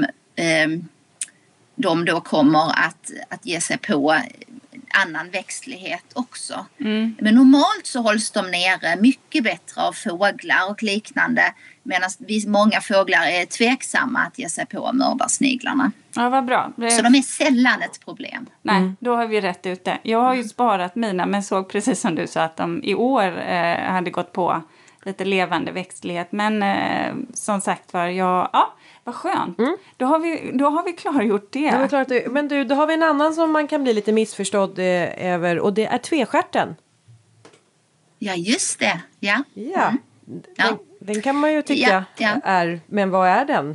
S3: de då kommer att ge sig på annan växtlighet också. Men normalt så hålls de nere mycket bättre av fåglar och liknande medan många fåglar är tveksamma att ge sig på mördarsniglarna.
S1: Ja, vad bra.
S3: Så de är sällan ett problem.
S1: Nej, då har vi rätt ut det. Jag har ju sparat mina men såg precis som du sa att de i år hade gått på lite levande växtlighet. Men som sagt var, vad skönt. Då har vi klargjort det.
S2: Men du, då har vi en annan som man kan bli lite missförstådd över och det är tvestjärten.
S3: Ja, just det. Ja.
S2: Ja. Den kan man ju tycka är, men vad är den?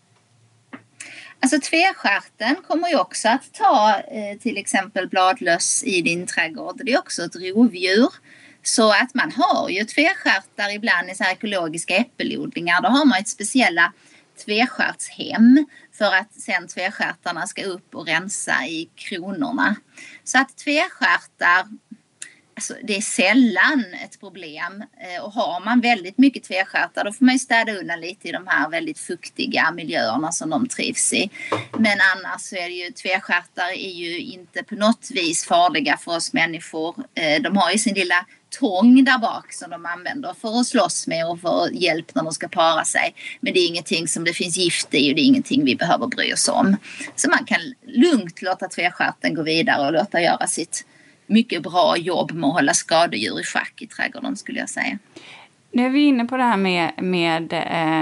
S3: Alltså tvestjärten kommer ju också att ta till exempel bladlöss i din trädgård. Det är också ett rovdjur. Så att man har ju tvestjärtar ibland i så här ekologiska äppelodlingar. Då har man ett speciella tvestjärtshem för att sen tvestjärtarna ska upp och rensa i kronorna. Så att tvestjärtar, alltså det är sällan ett problem. Och har man väldigt mycket tvestjärtar då får man ju städa undan lite i de här väldigt fuktiga miljöerna som de trivs i. Men annars så är det ju tvestjärtar är ju inte på något vis farliga för oss människor. De har ju sin lilla tång där bak som de använder för att slåss med och för hjälp när de ska para sig. Men det är ingenting som det finns gift i och det är ingenting vi behöver bry oss om. Så man kan lugnt låta tvestjärten gå vidare och låta göra sitt mycket bra jobb med att hålla skadedjur i schack i trädgården skulle jag säga.
S1: Nu är vi inne på det här med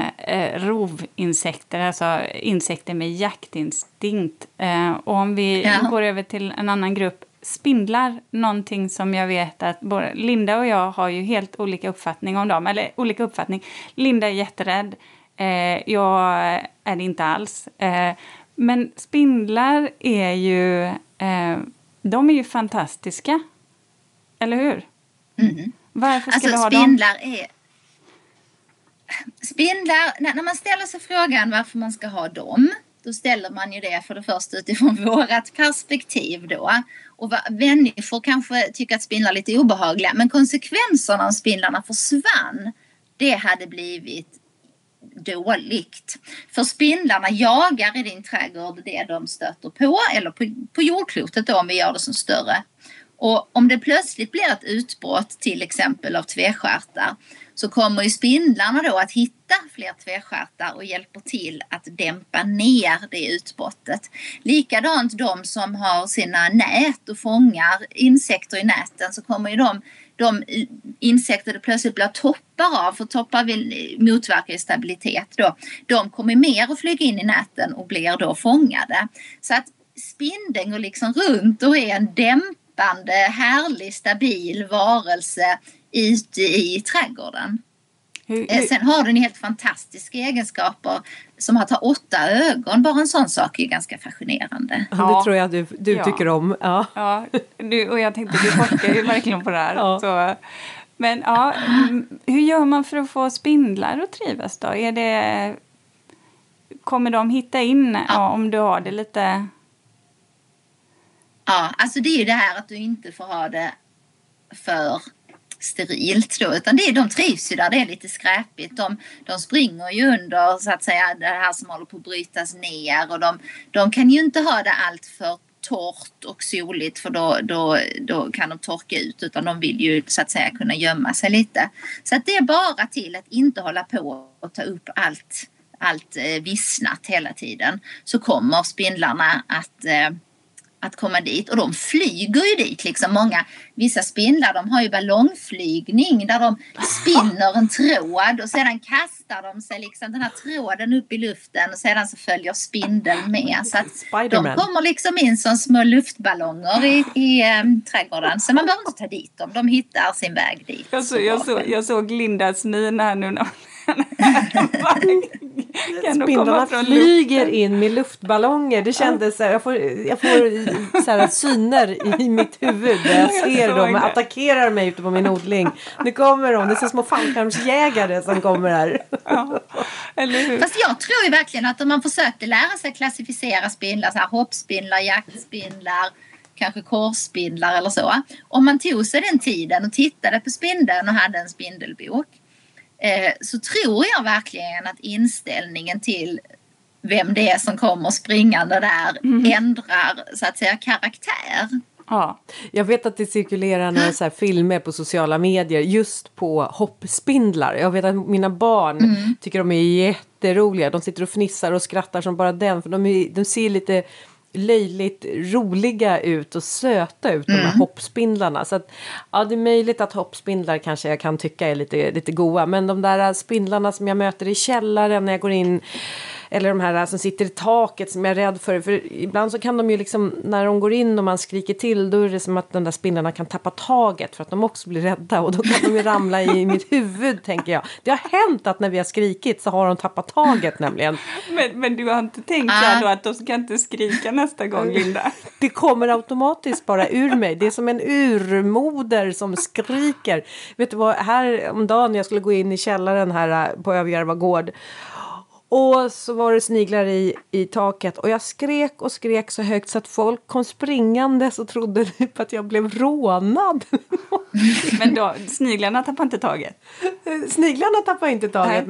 S1: rovinsekter, alltså insekter med jaktinstinkt. Och om vi går över till en annan grupp, spindlar, någonting som jag vet att både Linda och jag har ju helt olika uppfattning om dem. Eller olika uppfattning. Linda är jätterädd. Jag är det inte alls. Men spindlar är ju... de är ju fantastiska. Eller hur? Varför ska vi ha
S3: spindlar
S1: dem?
S3: Spindlar, när man ställer sig frågan varför man ska ha dem, då ställer man ju det för det första utifrån vårat perspektiv då. Och människor kanske tycker att spindlar är lite obehagliga, men konsekvenserna om spindlarna försvann, det hade blivit dåligt. För spindlarna jagar i din trädgård det de stöter på, eller på jordklotet då, om vi gör det som större. Och om det plötsligt blir ett utbrott till exempel av tvestjärtar så kommer ju spindlarna då att hitta fler tvestjärtar och hjälper till att dämpa ner det utbrottet. Likadant de som har sina nät och fångar insekter i näten, så kommer ju de insekter det plötsligt blir toppar av, för toppar vill motverka stabilitet då. De kommer mer att flyga in i näten och blir då fångade. Så att spindeln går liksom runt och är en dämpande, härlig, stabil varelse ute i trädgården. Sen har den helt fantastiska egenskaper som att ha 8 ögon. Bara en sån sak är ganska fascinerande.
S2: Ja, det tror jag du tycker om. Ja,
S1: och jag tänkte du forskar ju verkligen på det här. Ja. Så, men hur gör man för att få spindlar att trivas då? Kommer de hitta in om du har det lite...
S3: Ja, alltså det är ju det här att du inte får ha det för sterilt då, utan de trivs ju där det är lite skräpigt. De springer ju under så att säga det här som håller på att brytas ner, och de kan ju inte ha det allt för torrt och soligt, för då kan de torka ut, utan de vill ju så att säga kunna gömma sig lite. Så att det är bara till att inte hålla på och ta upp allt vissnat hela tiden, så kommer spindlarna att att komma dit. Och de flyger ju dit liksom. Vissa spindlar, de har ju ballongflygning där de spinner en tråd och sedan kastar de sig liksom den här tråden upp i luften och sedan så följer spindeln med. Så att de kommer liksom in som små luftballonger i trädgården. Så man behöver inte ta dit dem. De hittar sin väg dit.
S1: Jag såg Lindas min här nu.
S2: Spindlarna flyger in med luftballonger. Det kändes så här, jag får så här syner i mitt huvud där jag ser dem och attackerar mig ute på min odling. Nu kommer de, det är så små fallskärmsjägare som kommer här.
S1: Ja, eller hur?
S3: Fast jag tror ju verkligen att om man försökte lära sig klassificera spindlar, så här hoppspindlar, jaktspindlar, kanske korsspindlar eller så. Om man tog sig den tiden och tittade på spindeln och hade en spindelbok, så tror jag verkligen att inställningen till vem det är som kommer springande där ändrar så att säga karaktär.
S2: Ja. Jag vet att det cirkulerar några så här filmer på sociala medier just på hoppspindlar. Jag vet att mina barn tycker de är jätteroliga. De sitter och fnissar och skrattar som bara den. För de ser lite löjligt roliga ut och söta ut, de här hoppspindlarna. Så att, ja, det är möjligt att hoppspindlar kanske jag kan tycka är lite goa. Men de där spindlarna som jag möter i källaren när jag går in, eller de här som sitter i taket som jag är rädd för ibland så kan de ju liksom, när de går in och man skriker till, då är det som att de där spindlarna kan tappa taget för att de också blir rädda och då kan de ju ramla i mitt huvud, tänker jag. Det har hänt att när vi har skrikit så har de tappat taget nämligen.
S1: Men du har inte tänkt så då att de ska inte skrika nästa gång, Linda?
S2: Det kommer automatiskt bara ur mig. Det är som en urmoder som skriker. Vet du vad, här om dagen jag skulle gå in i källaren här på Överjärva gård. Och så var det sniglar i taket. Och jag skrek och skrek så högt så att folk kom springande och trodde typ att jag blev rånad.
S1: Men då, sniglarna tappade inte taget?
S2: Sniglarna tappade inte taget.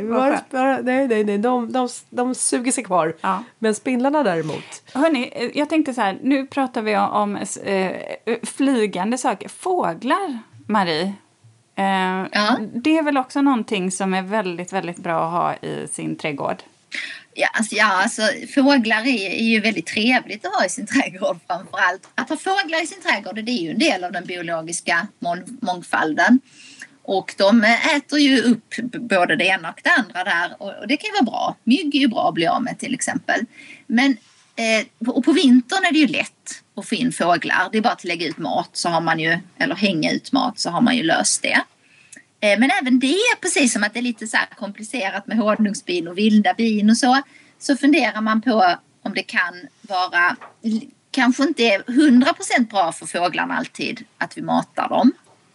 S2: Nej. De suger sig kvar. Ja. Men spindlarna däremot.
S1: Hörrni, jag tänkte så här. Nu pratar vi om flygande saker. Fåglar, Marie. Det är väl också någonting som är väldigt, väldigt bra att ha i sin trädgård?
S3: Alltså fåglar är ju väldigt trevligt att ha i sin trädgård framförallt. Att ha fåglar i sin trädgård, det är ju en del av den biologiska mångfalden. Och de äter ju upp både det ena och det andra där. Och det kan ju vara bra. Mygg är ju bra att bli av med till exempel. Men och på vintern är det ju lätt att få in fåglar. Det är bara att lägga ut mat så har man ju, eller hänga ut mat så har man ju löst det. Men även det, precis som att det är lite så här komplicerat med honungsbin och vilda bin och så funderar man på om det kan vara, kanske inte är 100% bra för fåglarna alltid att vi matar dem.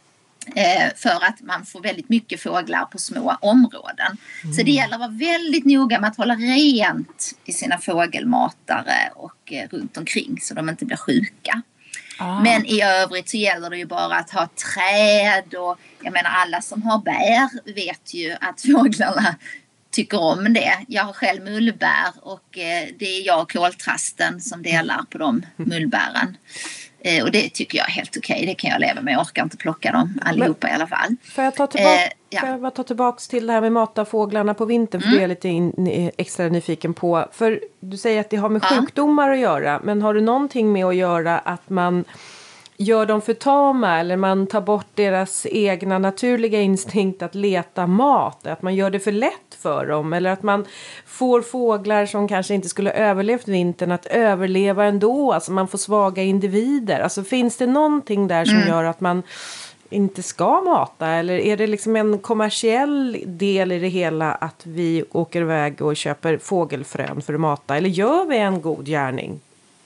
S3: För att man får väldigt mycket fåglar på små områden. Så det gäller att vara väldigt noga med att hålla rent i sina fågelmatare och runt omkring så de inte blir sjuka. Men i övrigt så gäller det ju bara att ha träd och jag menar alla som har bär vet ju att fåglarna tycker om det. Jag har själv mullbär och det är jag och koltrasten som delar på de mullbären. Och det tycker jag är helt okej. Det kan jag leva med. Jag orkar inte plocka dem allihopa i alla fall.
S2: Får jag ta tillbaka till det här med mata fåglarna på vintern? För det är jag lite extra nyfiken på. För du säger att det har med sjukdomar att göra. Men har det någonting med att göra att man gör dem för tama? Eller man tar bort deras egna naturliga instinkt att leta mat? Att man gör det för lätt för dem? Eller att man får fåglar som kanske inte skulle överlevt vintern att överleva ändå? Alltså man får svaga individer. Alltså finns det någonting där som gör att man inte ska mata? Eller är det liksom en kommersiell del i det hela att vi åker iväg och köper fågelfrön för att mata? Eller gör vi en god gärning?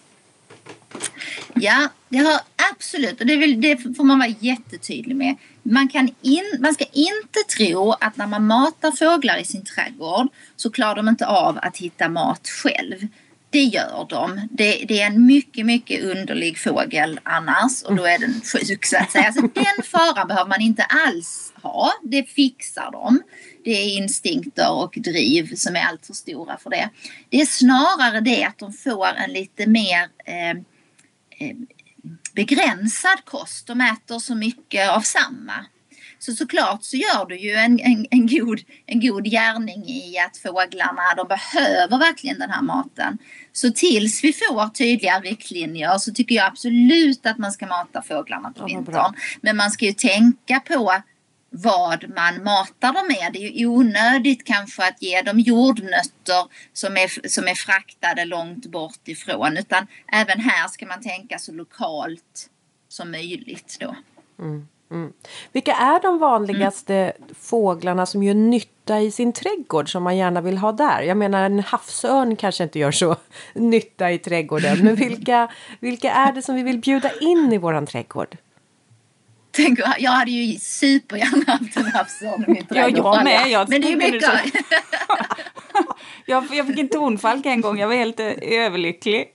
S3: Ja, det har absolut, och det får man vara jättetydlig med. Man ska inte tro att när man matar fåglar i sin trädgård så klarar de inte av att hitta mat själv. Det gör de. Det är en mycket, mycket underlig fågel annars och då är den sjuk så att säga. Alltså, den faran behöver man inte alls ha. Det fixar de. Det är instinkter och driv som är allt för stora för det. Det är snarare det att de får en lite mer begränsad kost. De äter så mycket av samma. såklart så gör du ju en god gärning i att fåglarna, de behöver verkligen den här maten. Så tills vi får tydliga riktlinjer så tycker jag absolut att man ska mata fåglarna på vintern. Men man ska ju tänka på vad man matar dem med. Det är ju onödigt kanske att ge dem jordnötter som är fraktade långt bort ifrån. Utan även här ska man tänka så lokalt som möjligt då.
S2: Vilka är de vanligaste fåglarna som gör nytta i sin trädgård som man gärna vill ha där? Jag menar, en havsörn kanske inte gör så nytta i trädgården. Men vilka är det som vi vill bjuda in i våran trädgård?
S3: Jag hade ju supergärna haft en havsörn i min trädgård.
S1: Ja, jag med.
S3: Men det är mycket.
S1: Jag fick en tonfalk en gång. Jag var helt överlycklig.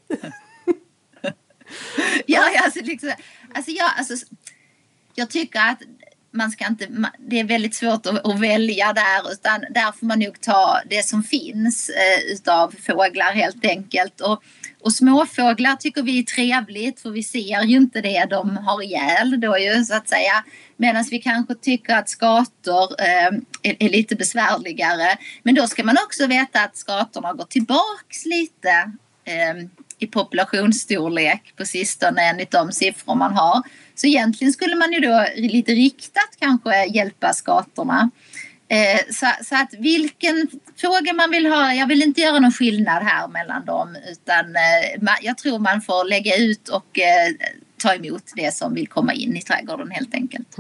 S3: Jag tycker att man ska inte, det är väldigt svårt att välja där, utan där får man nog ta det som finns utav fåglar helt enkelt. Och småfåglar tycker vi är trevligt, för vi ser ju inte det de har ihjäl då ju, så att säga. Medan vi kanske tycker att skator är lite besvärligare. Men då ska man också veta att skatorna går tillbaks lite i populationsstorlek på sistone enligt de siffror man har. Så egentligen skulle man ju då lite riktat kanske hjälpa skatorna. Så att vilken fråga man vill ha, jag vill inte göra någon skillnad här mellan dem, utan jag tror man får lägga ut och ta emot det som vill komma in i trädgården helt enkelt.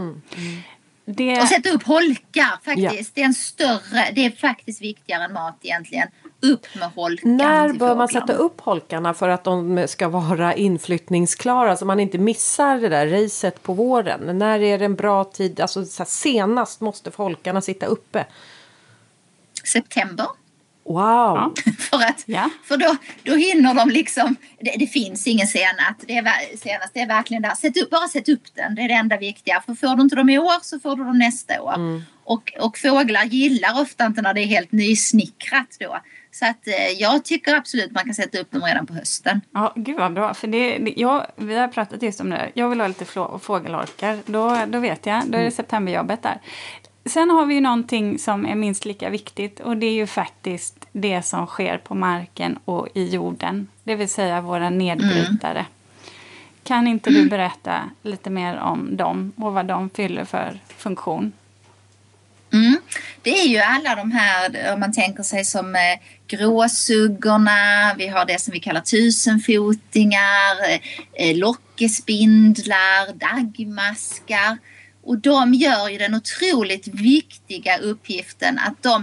S3: Och sätta upp holkar faktiskt. Ja. Det är faktiskt viktigare än mat egentligen. Upp med holkarna.
S2: När bör man sätta upp holkarna för att de ska vara inflyttningsklara så man inte missar det där racet på våren? När är det en bra tid? Alltså senast måste holkarna sitta uppe.
S3: September.
S2: Wow.
S3: För då hinner de liksom, det finns ingen senast, det är verkligen där. Bara sätt upp den, det är det enda viktiga. För får du inte dem i år så får du dem nästa år. Och fåglar gillar ofta inte när det är helt nysnickrat då. Så att jag tycker absolut man kan sätta upp dem redan på hösten.
S1: Ja, gud vad bra. För vi har pratat just om det. Jag vill ha lite fågelholkar. Då vet jag, då är det septemberjobbet där. Sen har vi ju någonting som är minst lika viktigt, och det är ju faktiskt det som sker på marken och i jorden. Det vill säga våra nedbrytare. Kan inte du berätta lite mer om dem och vad de fyller för funktion?
S3: Det är ju alla de här, om man tänker sig som gråsuggorna, vi har det som vi kallar tusenfotingar, lockespindlar, daggmaskar. Och de gör ju den otroligt viktiga uppgiften att de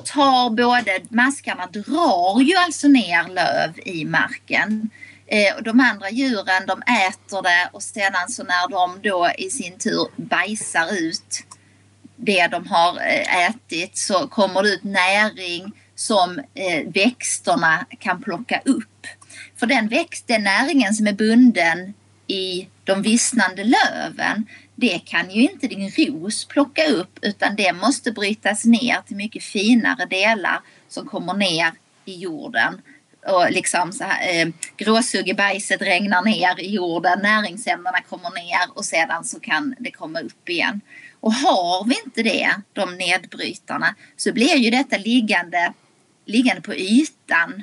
S3: tar maskarna drar ju alltså ner löv i marken. Och de andra djuren de äter det, och sedan så när de då i sin tur bajsar ut det de har ätit så kommer det ut näring som växterna kan plocka upp. För den näringen som är bunden i de vissnande löven, det kan ju inte din ros plocka upp, utan det måste brytas ner till mycket finare delar som kommer ner i jorden. Och liksom så här, gråsuggebajset regnar ner i jorden, näringsämnena kommer ner och sedan så kan det komma upp igen. Och har vi inte det, de nedbrytarna, så blir ju detta liggande på ytan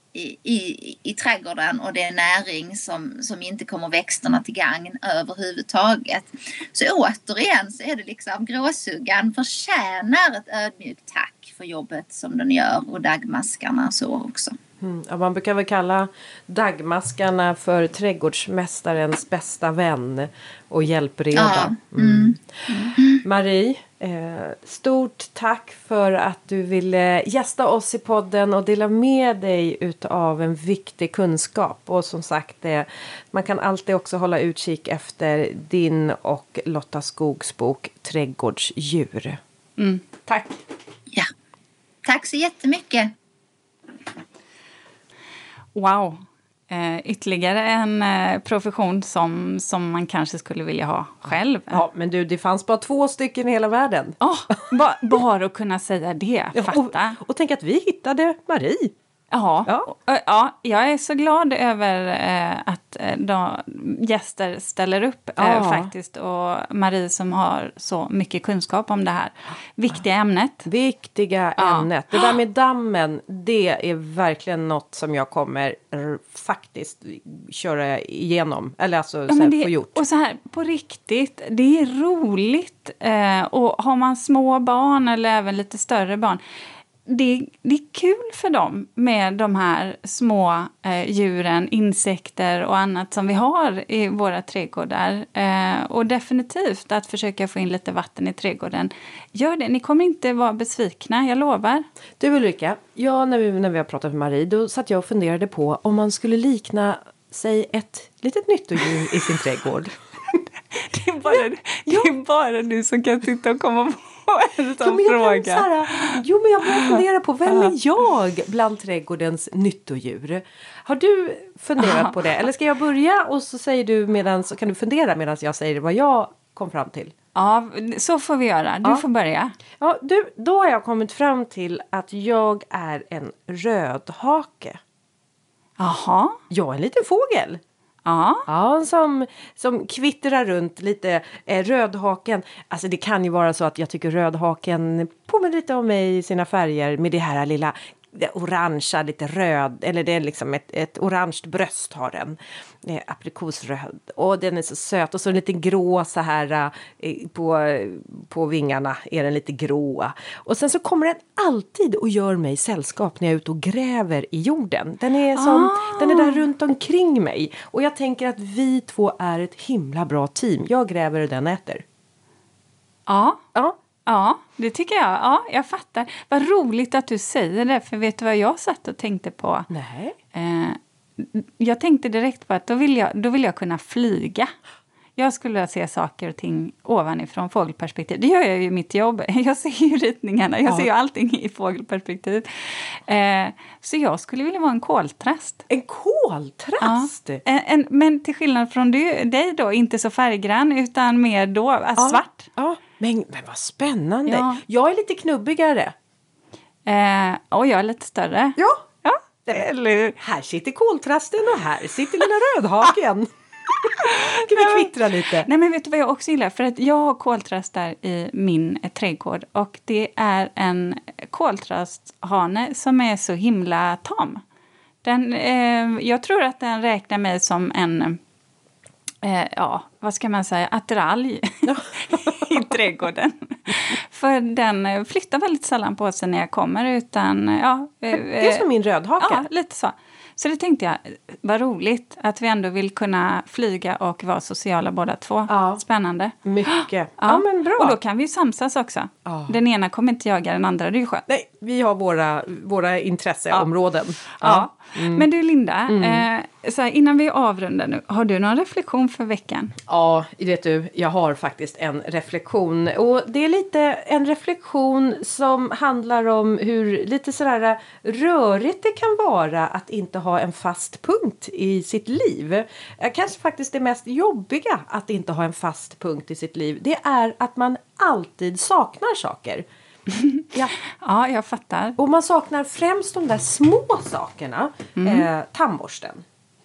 S3: i trädgården, och det är näring som inte kommer växterna till gagn överhuvudtaget. Så återigen så är det liksom gråsuggan förtjänar ett ödmjukt tack för jobbet som den gör, och daggmaskarna så också.
S2: Ja, man brukar väl kalla daggmaskarna för trädgårdsmästarens bästa vän och hjälpreda. Marie, stort tack för att du ville gästa oss i podden och dela med dig utav en viktig kunskap. Och som sagt, man kan alltid också hålla utkik efter din och Lotta Skogs bok Trädgårdsdjur.
S1: Tack.
S3: Ja, tack så jättemycket.
S1: Wow, ytterligare en profession som man kanske skulle vilja ha själv.
S2: Ja, men det fanns bara 2 stycken i hela världen.
S1: Bara att kunna säga det, fatta.
S2: Och tänk att vi hittade Marie.
S1: Ja, jag är så glad över att gäster ställer upp faktiskt. Och Marie som har så mycket kunskap om det här viktiga ämnet.
S2: Viktiga ämnet. Det där med dammen, det är verkligen något som jag kommer faktiskt köra igenom. Eller alltså få gjort.
S1: Och så här, på riktigt, det är roligt. Och har man små barn eller även lite större barn, det är kul för dem med de här små djuren, insekter och annat som vi har i våra trädgårdar. Och definitivt att försöka få in lite vatten i trädgården. Gör det, ni kommer inte vara besvikna, jag lovar.
S2: Du Ulrika, när vi har pratat med Marie, då satt jag och funderade på om man skulle likna sig ett litet nyttodjur i sin trädgård.
S1: Det är bara du som kan sitta och komma på en sån fråga.
S2: Men jag börjar fundera på vem är jag bland trädgårdens nyttodjur? Har du funderat på det? Eller ska jag börja och så säger du så kan du fundera medan jag säger vad jag kom fram till?
S1: Ja, så får vi göra. Du får börja.
S2: Ja, då har jag kommit fram till att jag är en rödhake.
S1: Jaha. Jag
S2: är en liten fågel. Ja, som kvittrar runt lite rödhaken. Alltså det kan ju vara så att jag tycker rödhaken påminner lite om mig i sina färger med det här lilla orangea, lite röd, eller det är liksom ett orange bröst har den. Aprikosröd. Och den är så söt. Och så en liten grå så här på vingarna är den lite grå. Och sen så kommer den alltid och gör mig sällskap när jag är ute och gräver i jorden. Den är där runt omkring mig. Och jag tänker att vi två är ett himla bra team. Jag gräver och den äter.
S1: Ja, det tycker jag. Ja, jag fattar. Vad roligt att du säger det. För vet du vad jag satt och tänkte på?
S2: Nej.
S1: Jag tänkte direkt på att då vill jag kunna flyga. Jag skulle se saker och ting ovanifrån fågelperspektiv. Det gör jag ju i mitt jobb. Jag ser ju ritningarna. Jag ser ju allting i fågelperspektiv. Så jag skulle vilja vara en koltrast.
S2: En koltrast?
S1: Ja. Men till skillnad från dig då, inte så färggrann utan mer då, svart.
S2: Ja, men vad spännande. Ja. Jag är lite knubbigare.
S1: Och jag är lite större.
S2: Ja.
S1: Eller...
S2: Här sitter koltrasten och här sitter lilla rödhaken. Ska vi kvittra lite?
S1: Nej, men vet du vad jag också gillar? För att jag har koltrastar i min trädgård. Och det är en koltrasthane som är så himla tam. Jag tror att den räknar mig som en... vad ska man säga? Attiralj i trädgården. För den flyttar väldigt sällan på sig när jag kommer. Utan,
S2: det är som min rödhake.
S1: Ja, lite så. Så det tänkte jag, vad roligt att vi ändå vill kunna flyga och vara sociala båda två. Ja. Spännande.
S2: Mycket. Ja, men bra.
S1: Och då kan vi samsas också. Ja. Den ena kommer inte jaga den andra, det är ju skönt.
S2: Nej, vi har våra intresseområden.
S1: Ja. Men du Linda, så här, innan vi avrundar nu, har du någon reflektion för veckan?
S2: Ja, vet du, jag har faktiskt en reflektion. Och det är lite en reflektion som handlar om hur lite sådär rörigt det kan vara att inte ha en fast punkt i sitt liv. Kanske faktiskt det mest jobbiga att inte ha en fast punkt i sitt liv, det är att man alltid saknar saker.
S1: Ja, jag fattar.
S2: Och man saknar främst de där små sakerna. Tandborsten.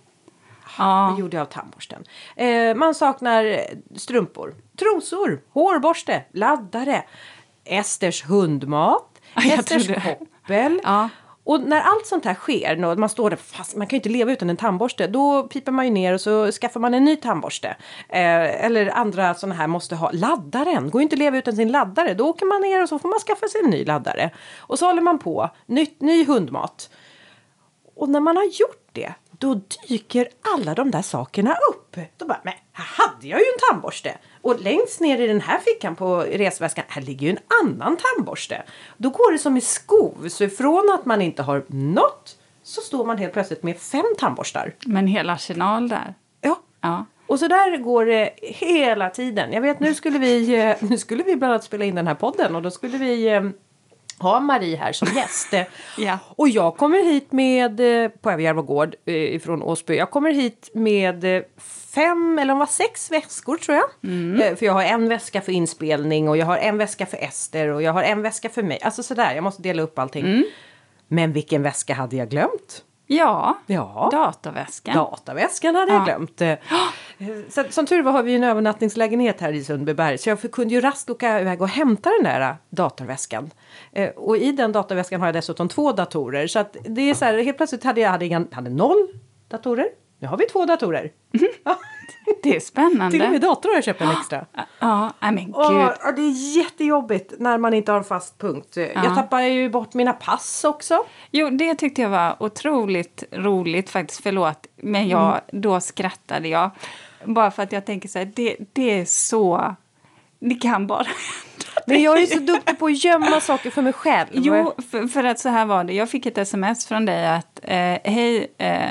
S2: Vad gjorde jag av tandborsten? Man saknar strumpor, trosor, hårborste, laddare, Esters hundmat, Esters koppel. Ja. Och när allt sånt här sker, man står där fast, man kan ju inte leva utan en tandborste, då piper man ju ner och så skaffar man en ny tandborste. Eller andra sådana här måste ha laddaren. Går ju inte att leva utan sin laddare, då åker man ner och så får man skaffa sig en ny laddare. Och så håller man på, ny hundmat. Och när man har gjort det, då dyker alla de där sakerna upp. Då bara, men här hade jag ju en tandborste. Och längst ner i den här fickan på resväskan, här ligger ju en annan tandborste. Då går det som i skov. Så ifrån att man inte har något, så står man helt plötsligt med 5 tandborstar.
S1: Men hela arsenal där.
S2: Ja. Och så där går det hela tiden. Jag vet, nu skulle vi bland annat spela in den här podden. Och då skulle vi... ha Marie här som gäst.
S1: Ja.
S2: Och jag kommer hit med, på Överjärva gård ifrån Åsby, jag kommer hit med 5 eller 6 väskor tror jag. För jag har en väska för inspelning och jag har en väska för Ester och jag har en väska för mig. Alltså sådär, jag måste dela upp allting. Men vilken väska hade jag glömt?
S1: Ja,
S2: Ja.
S1: datorväskan.
S2: Dataväskan hade jag glömt. Så, som tur var har vi en övernattningslägenhet här i Sundbyberg. Så jag kunde ju raskt åka iväg och hämta den där datorväskan. Och i den datorväskan har jag dessutom 2 datorer. Så att det är så här, helt plötsligt hade jag hade 0 datorer. Nu har vi 2 datorer.
S1: Det är spännande.
S2: Till och med datorn har jag köpt en extra.
S1: Ja, men gud.
S2: Och det är jättejobbigt när man inte har en fast punkt. Jag tappar ju bort mina pass också.
S1: Jo, det tyckte jag var otroligt roligt faktiskt. Förlåt, men då skrattade jag. Bara för att jag tänker så här, det är så... Det kan bara hända.
S2: Men jag är så duktig på att gömma saker för mig själv.
S1: Jo, för att så här var det. Jag fick ett sms från dig att hej,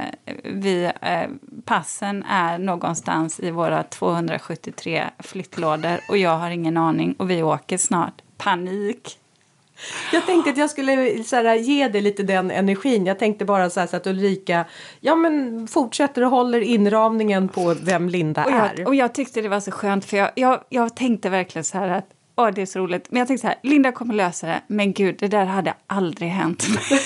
S1: passen är någonstans i våra 273 flyttlådor och jag har ingen aning och vi åker snart. Panik.
S2: Jag tänkte att jag skulle så här, ge dig lite den energin. Jag tänkte bara så att Ulrika fortsätter och håller inramningen på vem Linda är.
S1: Och jag tyckte det var så skönt för jag tänkte verkligen så här att det är så roligt. Men jag tänkte så här, Linda kommer lösa det. Men gud, det där hade aldrig hänt mig.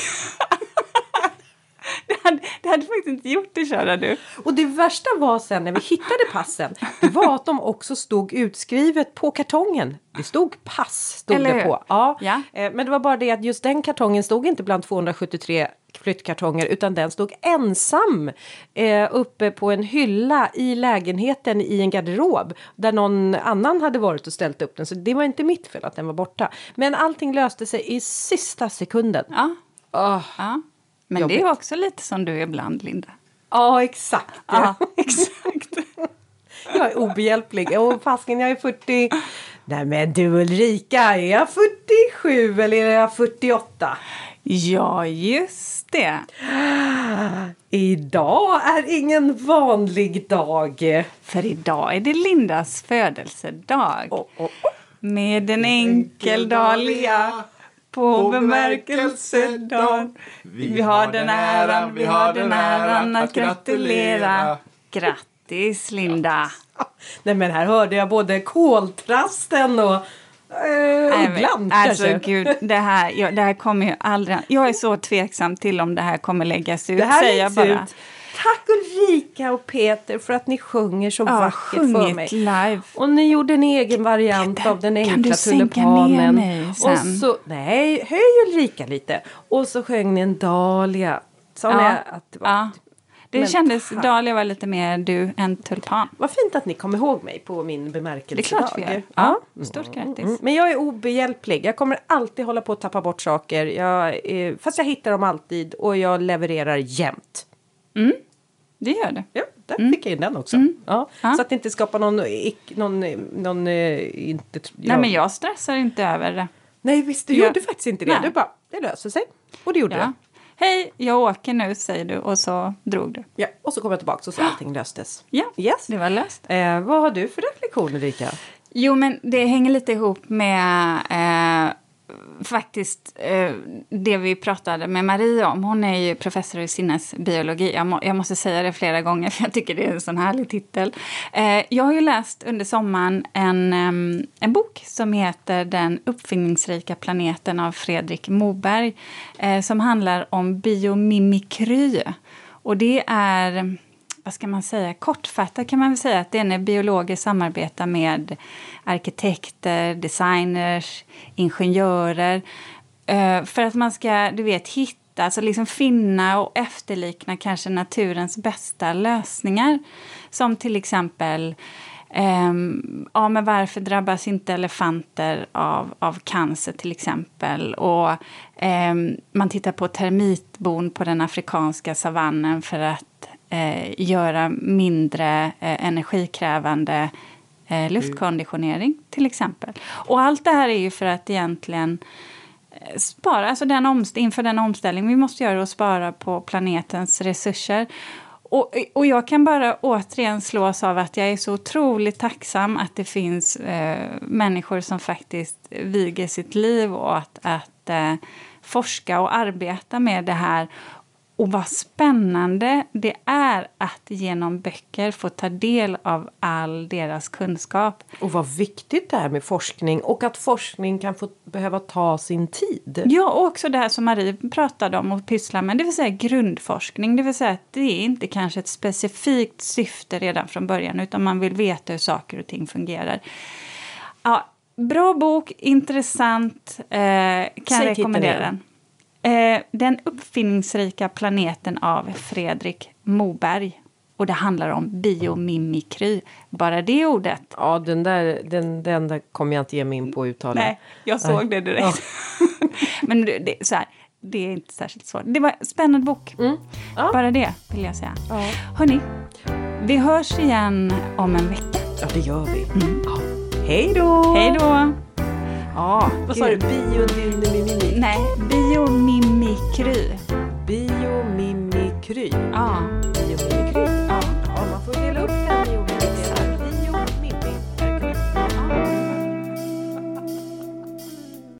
S1: Det hade faktiskt inte gjort det, kära du.
S2: Och det värsta var sen när vi hittade passen. Det var att de också stod utskrivet på kartongen. Det stod pass, stod det på. Ja. Men det var bara det att just den kartongen stod inte bland 273 flyttkartonger. Utan den stod ensam uppe på en hylla i lägenheten i en garderob. Där någon annan hade varit och ställt upp den. Så det var inte mitt fel att den var borta. Men allting löste sig i sista sekunden.
S1: Ja. Men jobbigt. Det är också lite som du är ibland, Linda.
S2: Ja, exakt.
S1: Ja, exakt.
S2: Jag är obehjälplig. Och fasken, jag är 40... Nej men du Ulrika, är jag 47 eller är jag 48?
S1: Ja, just det.
S2: Idag är ingen vanlig dag.
S1: För idag är det Lindas födelsedag. Med en enkel dahlia på bemärkelsedag. Vi har den äran att gratulera. Grattis, Linda.
S2: Nej men här hörde jag både koltrasten och ugglan.
S1: Alltså gud, det här kommer ju aldrig... Jag är så tveksam till om det här kommer läggas ut.
S2: Det här
S1: säger jag bara.
S2: Ut. Tack Ulrika och Peter för att ni sjunger så vackert för mig.
S1: Live.
S2: Och ni gjorde en egen variant Peter, av den enkla tulipanen.
S1: Kan du sänka ner mig sen?
S2: Och så, nej, höj Ulrika lite. Och så sjöng ni en dahlia. Sa ni att det var...
S1: Det kändes, Dahlia var lite mer du än tulpan.
S2: Vad fint att ni kom ihåg mig på min bemärkelsedag.
S1: Det är klart vi gör. Ja, stort grattis.
S2: Men jag är obehjälplig. Jag kommer alltid hålla på att tappa bort saker. Fast jag hittar dem alltid och jag levererar jämt.
S1: Det gör det.
S2: Ja, där fick jag in den också. Ja. Så att det inte skapar någon inte...
S1: Nej, men jag stressar inte över det.
S2: Nej, visst, du gjorde faktiskt inte det. Du bara, det löser sig. Och det gjorde det.
S1: Hej, jag åker nu, säger du. Och så drog du.
S2: Ja, och så kom jag tillbaka och så allting löstes.
S1: Ja,
S2: yes.
S1: Det var löst.
S2: Vad har du för reflektioner, Rika?
S1: Jo, men det hänger lite ihop med faktiskt det vi pratade med Marie om. Hon är ju professor i sinnesbiologi. Jag måste säga det flera gånger för jag tycker det är en sån härlig titel. Jag har ju läst under sommaren en bok som heter Den uppfinningsrika planeten av Fredrik Moberg. Som handlar om biomimikry. Och det är... Vad ska man säga? Kortfattat kan man väl säga att det är när biologer samarbetar med arkitekter, designers, ingenjörer. För att man ska, hitta, alltså liksom finna och efterlikna kanske naturens bästa lösningar. Som till exempel, men varför drabbas inte elefanter av cancer till exempel? Och man tittar på termitbon på den afrikanska savannen för att göra mindre energikrävande luftkonditionering till exempel. Och allt det här är ju för att egentligen spara, alltså inför den omställning vi måste göra och spara på planetens resurser. Och jag kan bara återigen slås av att jag är så otroligt tacksam att det finns människor som faktiskt viger sitt liv och att forska och arbeta med det här. Och vad spännande det är att genom böcker få ta del av all deras kunskap.
S2: Och vad viktigt det är med forskning och att forskning kan behöva ta sin tid.
S1: Ja, och också det här som Marie pratade om och pysslar med, det vill säga grundforskning. Det vill säga att det är inte kanske ett specifikt syfte redan från början utan man vill veta hur saker och ting fungerar. Ja, bra bok, intressant, kan rekommendera den. Den uppfinningsrika planeten av Fredrik Moberg. Och det handlar om biomimikry. Bara det ordet.
S2: Ja, den där kommer jag inte ge mig in på att uttala.
S1: Nej, jag såg det direkt. Ja. Men det är inte särskilt svårt. Det var en spännande bok. Ja. Bara det vill jag säga. Ja. Hörrni, vi hörs igen om en vecka.
S2: Ja, det gör vi. Ja. Hej då!
S1: Hej då!
S2: Ja, vad sa du? Biomimikry?
S1: Nej, biomimikry.
S2: Biomimikry.
S1: Ja.